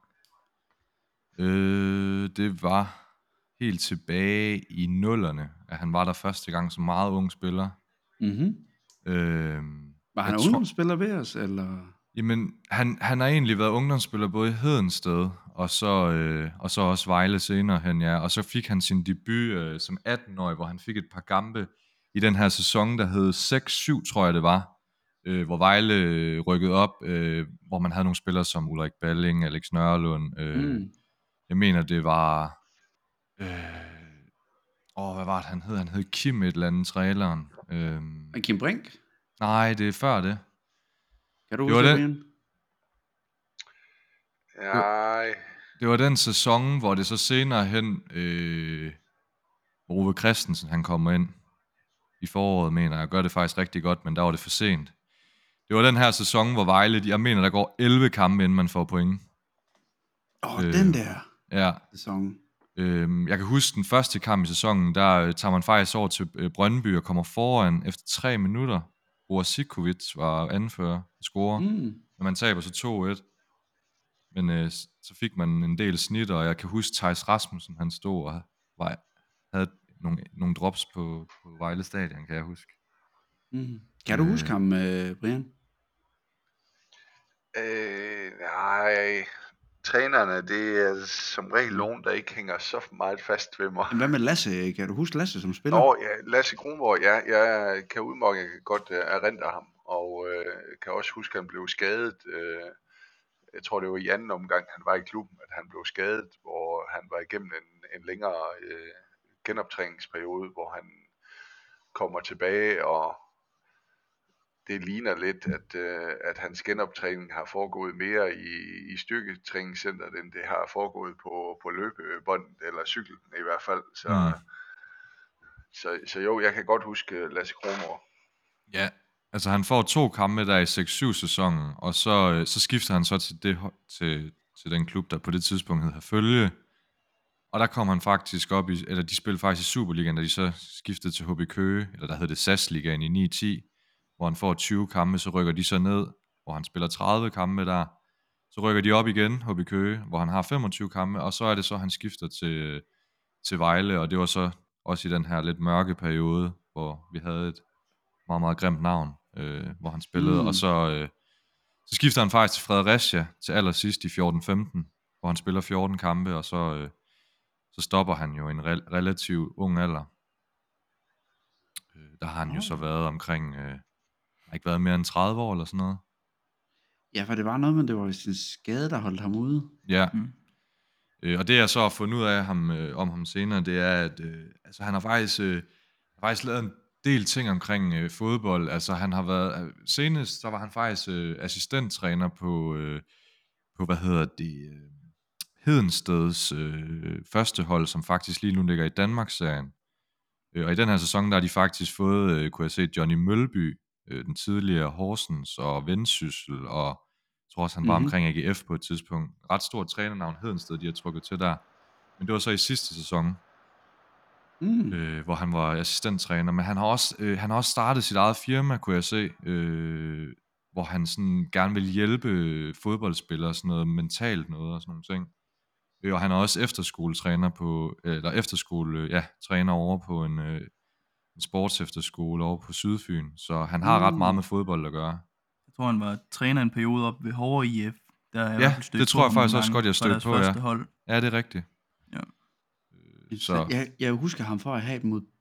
Øh, det var helt tilbage i nullerne, at han var der første gang som meget ung spiller. Mm-hmm. Øh, Var han jeg tror- ungdomsspiller ved os, eller? Jamen, han, han har egentlig været ungdomsspiller både i Hedensted, og så, øh, og så også Vejle senere hen, ja. Og så fik han sin debut øh, som atten-årig, hvor han fik et par kampe i den her sæson, der hed seks syv, tror jeg det var. Øh, hvor Vejle øh, rykkede op, øh, hvor man havde nogle spillere som Ulrik Balling, Alex Nørlund. Øh, Mm. Jeg mener, det var... Øh, åh, hvad var det, han hed? Han hed Kim et eller andet, traileren. Øh, Og Kim Brink? nej, det er før det. Kan du Det var huske den- det, Brian? Nej, Det var den sæson, hvor det så senere hen, øh, Ove Christensen, han kommer ind i foråret, mener jeg. Gør det faktisk rigtig godt, men der var det for sent. Det var den her sæson, hvor Vejle, jeg mener, der går elleve kampe, inden man får point. Åh, oh, Øh. den der Ja, sæson. øh, jeg kan huske den første kamp i sæsonen, der øh, tager man faktisk over til øh, Brøndby og kommer foran efter tre minutter. Boris Sikovic var anfører og scorer, mm. Mm. men man taber så to et. Men øh, s- så fik man en del snit, og jeg kan huske Theis Rasmussen, han stod og var, havde nogle, nogle drops på, på Vejle Stadion, kan jeg huske. Mm. Kan du Øh. huske ham, øh, Brian? øh, nej. Trænerne, det er som regel nogen, der ikke hænger så meget fast ved mig. Hvad med Lasse? Kan du huske Lasse som spiller? Nå, ja, Lasse Kronborg, ja, jeg kan udmærket godt uh, erindre ham, og uh, kan også huske, at han blev skadet. Uh, jeg tror, det var i anden omgang, han var i klubben, at han blev skadet, hvor han var igennem en, en længere uh, genoptræningsperiode, hvor han kommer tilbage, og det ligner lidt, at, uh, at hans genoptræning har foregået mere i, i styrketræningscenteret, end det har foregået på, på løbebåndet, eller cyklen i hvert fald. Så, Mm. så, så jo, jeg kan godt huske Lasse Kronborg. Ja, altså han får to kampe der i seks syv sæsonen, og så, øh, så skifter han så til, det, ho- til, til den klub, der på det tidspunkt hed Herfølge. Og der kom han faktisk op i, eller de spillede faktisk i Superligaen, da de så skiftede til H B Køge, eller der hed det S A S-ligaen i ni ti, hvor han får tyve kampe, så rykker de så ned, hvor han spiller tredive kampe der. Så rykker de op igen, H B Køge, hvor han har femogtyve kampe, og så er det så, han skifter til, til Vejle, og det var så også i den her lidt mørke periode, hvor vi havde et meget, meget grimt navn, øh, hvor han spillede, Mm. mm. og så, øh, så skifter han faktisk til Fredericia til allersidst i fjorten femten, hvor han spiller fjorten kampe, og så, øh, så stopper han jo i en re- relativt ung alder. Øh, der har han jo så været omkring, øh, har ikke været mere end tredive år eller sådan noget. Ja, for det var noget, men det var sin skade, der holdt ham ude. Ja. Mm. Mm. Øh, og det jeg så har fundet ud af ham, øh, om ham senere, det er, at øh, altså, han har faktisk, øh, har faktisk lavet en del ting omkring øh, fodbold. Altså han har været, øh, senest så var han faktisk øh, assistenttræner på, øh, på, hvad hedder det, øh, Hedensteds øh, første hold, som faktisk lige nu ligger i Danmarksserien. Øh, og i den her sæson, der har de faktisk fået, øh, kunne jeg se, Johnny Mølby, øh, den tidligere Horsens og Vendsyssel, og jeg tror også, han var Mhm. omkring A G F på et tidspunkt. Ret stort trænernavn, Hedensted, de har trukket til der. Men det var så i sidste sæson, Mm. øh, hvor han var assistenttræner. Men han har også, øh, han har også startet sit eget firma, kunne jeg se, øh, hvor han sådan gerne vil hjælpe fodboldspillere, sådan noget mentalt noget og sådan nogle ting. Øh, og han er også efterskoletræner på, eller efterskole, ja, træner over på en, øh, en sportsefterskole over på Sydfyn. Så han har Mm. ret meget med fodbold at gøre. Jeg tror, han var træner en periode op ved Hårde I F. Der er jeg i Ja, hvert fald stødt det tror på jeg ham faktisk nogle også gange godt, jeg fra stødte deres på, ja. første hold. Ja, det er rigtigt. Ja. Øh, så, Jeg, jeg husker ham for at have mod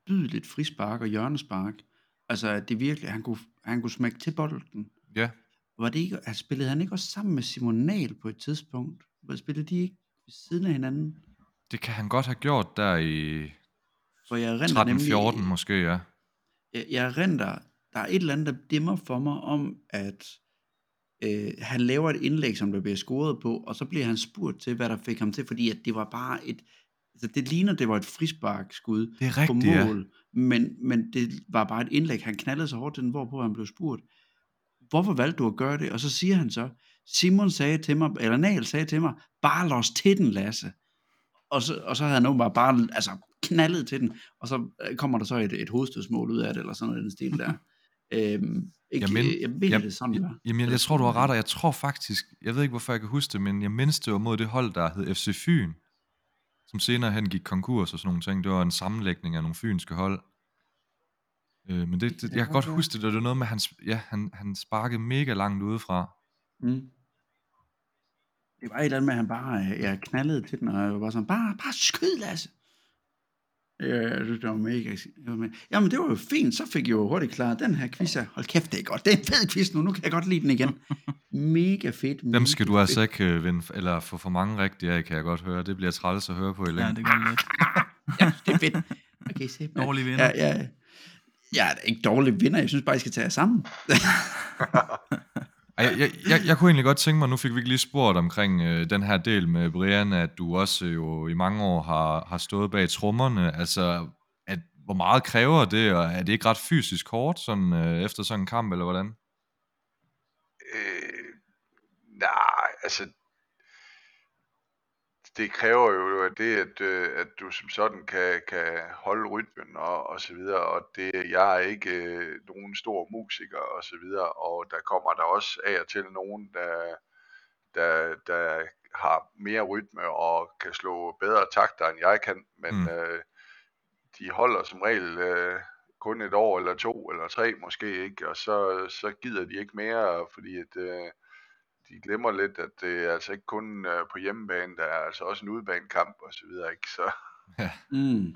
modbydeligt frispark og hjørnespark. Altså, at det virkelig, han kunne, han kunne smække til bolden. Ja, Var det ikke, altså, spillede han ikke også sammen med Simon Nahl på et tidspunkt? Hvor spillede de ikke ved siden af hinanden? det kan han godt have gjort der i For jeg render tretten nemlig, fjorten måske, ja. jeg, jeg render, der er et eller andet, der dimmer for mig om, at øh, han laver et indlæg, som der bliver scoret på, og så bliver han spurgt til, hvad der fik ham til, fordi at det var bare et, altså det ligner, det var et frisparkskud Det er på rigtigt, ja. mål, men, men det var bare et indlæg, han knaldede så hårdt til den, hvorpå han blev spurgt, hvorfor valgte du at gøre det? Og så siger han så, Simon sagde til mig, eller Nahl sagde til mig, bare los til den, Lasse. Og så, og så havde han åbenbart bare altså, knaldet til den, og så øh, kommer der så et, et hovedstødsmål ud af det, eller sådan noget i den stil der. Øhm, ikke, Jeg, men, jeg mener jeg, det sådan, jeg, var. jamen, jeg, jeg tror, du har ret, og jeg tror faktisk, jeg ved ikke, hvorfor jeg kan huske det, men jeg mindste det var mod det hold, der hed F C Fyn, som senere hen gik konkurs og sådan nogle ting. Det var en sammenlægning af nogle fynske hold. Øh, men det, det, jeg kan godt huske det, og det var noget med, at han, ja, han, han sparkede mega langt udefra. Mm. Det var et eller andet med, at han bare øh, jeg knaldede til den, og jeg var bare sådan, bare, bare skyd, Lasse. Ja, jeg synes, det var mega. Det var mega. Jamen, det var jo fint, så fik jeg jo hurtigt klaret den her quiz her. Hold kæft, det er godt. Det er en fed quiz nu, nu kan jeg godt lide den igen. Mega fedt. Dem mega skal du fedt. altså ikke øh, vinde, eller få for mange rigtige af, kan jeg godt høre. Det bliver træls at høre på i Ja, længden. det gør det lidt. Ja, det er fedt. Okay, se. Dårlig vinder. Ja, ja. Jeg er da ikke dårlig vinder, jeg synes bare, I skal tage jer sammen. Ej, Jeg, jeg, jeg, jeg kunne egentlig godt tænke mig, nu fik vi ikke lige spurgt omkring øh, den her del med Brian, at du også øh, jo i mange år har, har stået bag trommerne. Altså, at, hvor meget kræver det, og er det ikke ret fysisk hårdt sådan, øh, efter sådan en kamp, eller hvordan? Øh, nej, altså, det kræver jo at det, at, øh, at du som sådan kan, kan holde rytmen og, og så videre, og det, jeg er ikke øh, nogen stor musiker og så videre, og der kommer der også af og til nogen, der, der, der har mere rytme og kan slå bedre takter, end jeg kan, men Mm. øh, de holder som regel øh, kun et år eller to eller tre måske ikke, og så, så gider de ikke mere, fordi at øh, de glemmer lidt, at det er altså ikke kun øh, på hjemmebane, der er altså også en udebanekamp og så videre, ikke? Så Mm.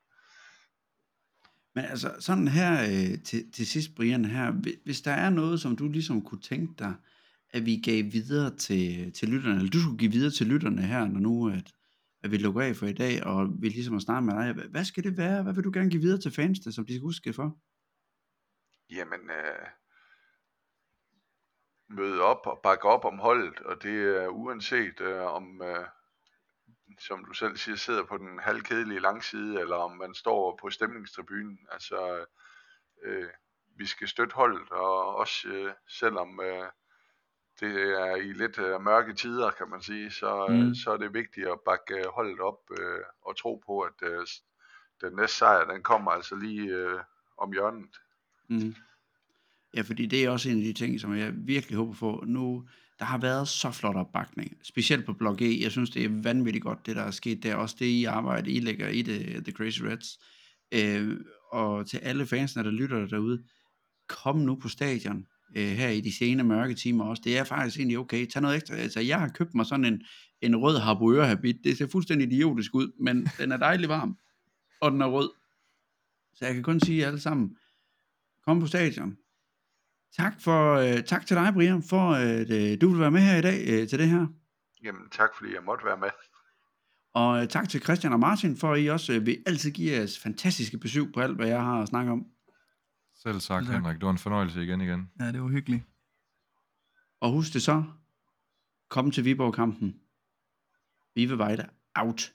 Men altså, sådan her øh, til, til sidst, Brian, her, hvi- hvis der er noget, som du ligesom kunne tænke dig, at vi gav videre til, til lytterne, eller du skulle give videre til lytterne her, når nu at, at vi lukker af for i dag, og vi ligesom har snakket med dig, hvad, hvad skal det være? Hvad vil du gerne give videre til fansene, som de skal huske for? jamen, øh, møde op og bakke op om holdet, og det er uanset øh, om, øh, som du selv siger, sidder på den halvkedelige langside, eller om man står på stemningstribunen. Altså, øh, vi skal støtte holdet, og også øh, selvom øh, det er i lidt øh, mørke tider, kan man sige, så, Mm. mm. så er det vigtigt at bakke øh, holdet op øh, og tro på, at øh, s- den næste sejr, den kommer altså lige øh, om hjørnet. Mm. Ja, fordi det er også en af de ting, som jeg virkelig håber på. Nu, der har været så flot opbakning, specielt på Blok E. Jeg synes, det er vanvittigt godt, det der er sket der. Også det, I arbejde, I lægger i det, The Crazy Reds. Øh, og til alle fansene, der lytter derude, kom nu på stadion øh, her i de sene mørke timer også. Det er faktisk egentlig okay. Tag noget ekstra. Altså, jeg har købt mig sådan en, en rød Harboøre-habit. Det ser fuldstændig idiotisk ud, men den er dejlig varm, og den er rød. Så jeg kan kun sige alle sammen, kom på stadion. Tak, for, øh, tak til dig, Brian, for at øh, du vil være med her i dag øh, til det her. Jamen, tak fordi jeg måtte være med. Og øh, tak til Christian og Martin, for at I også øh, vil altid give os fantastiske besøg på alt, hvad jeg har at snakke om. Selv tak, tak. Henrik. Det var en fornøjelse igen igen. Ja, det var hyggeligt. Og husk det så, kom til Viborg-kampen. Vive Vejle, out.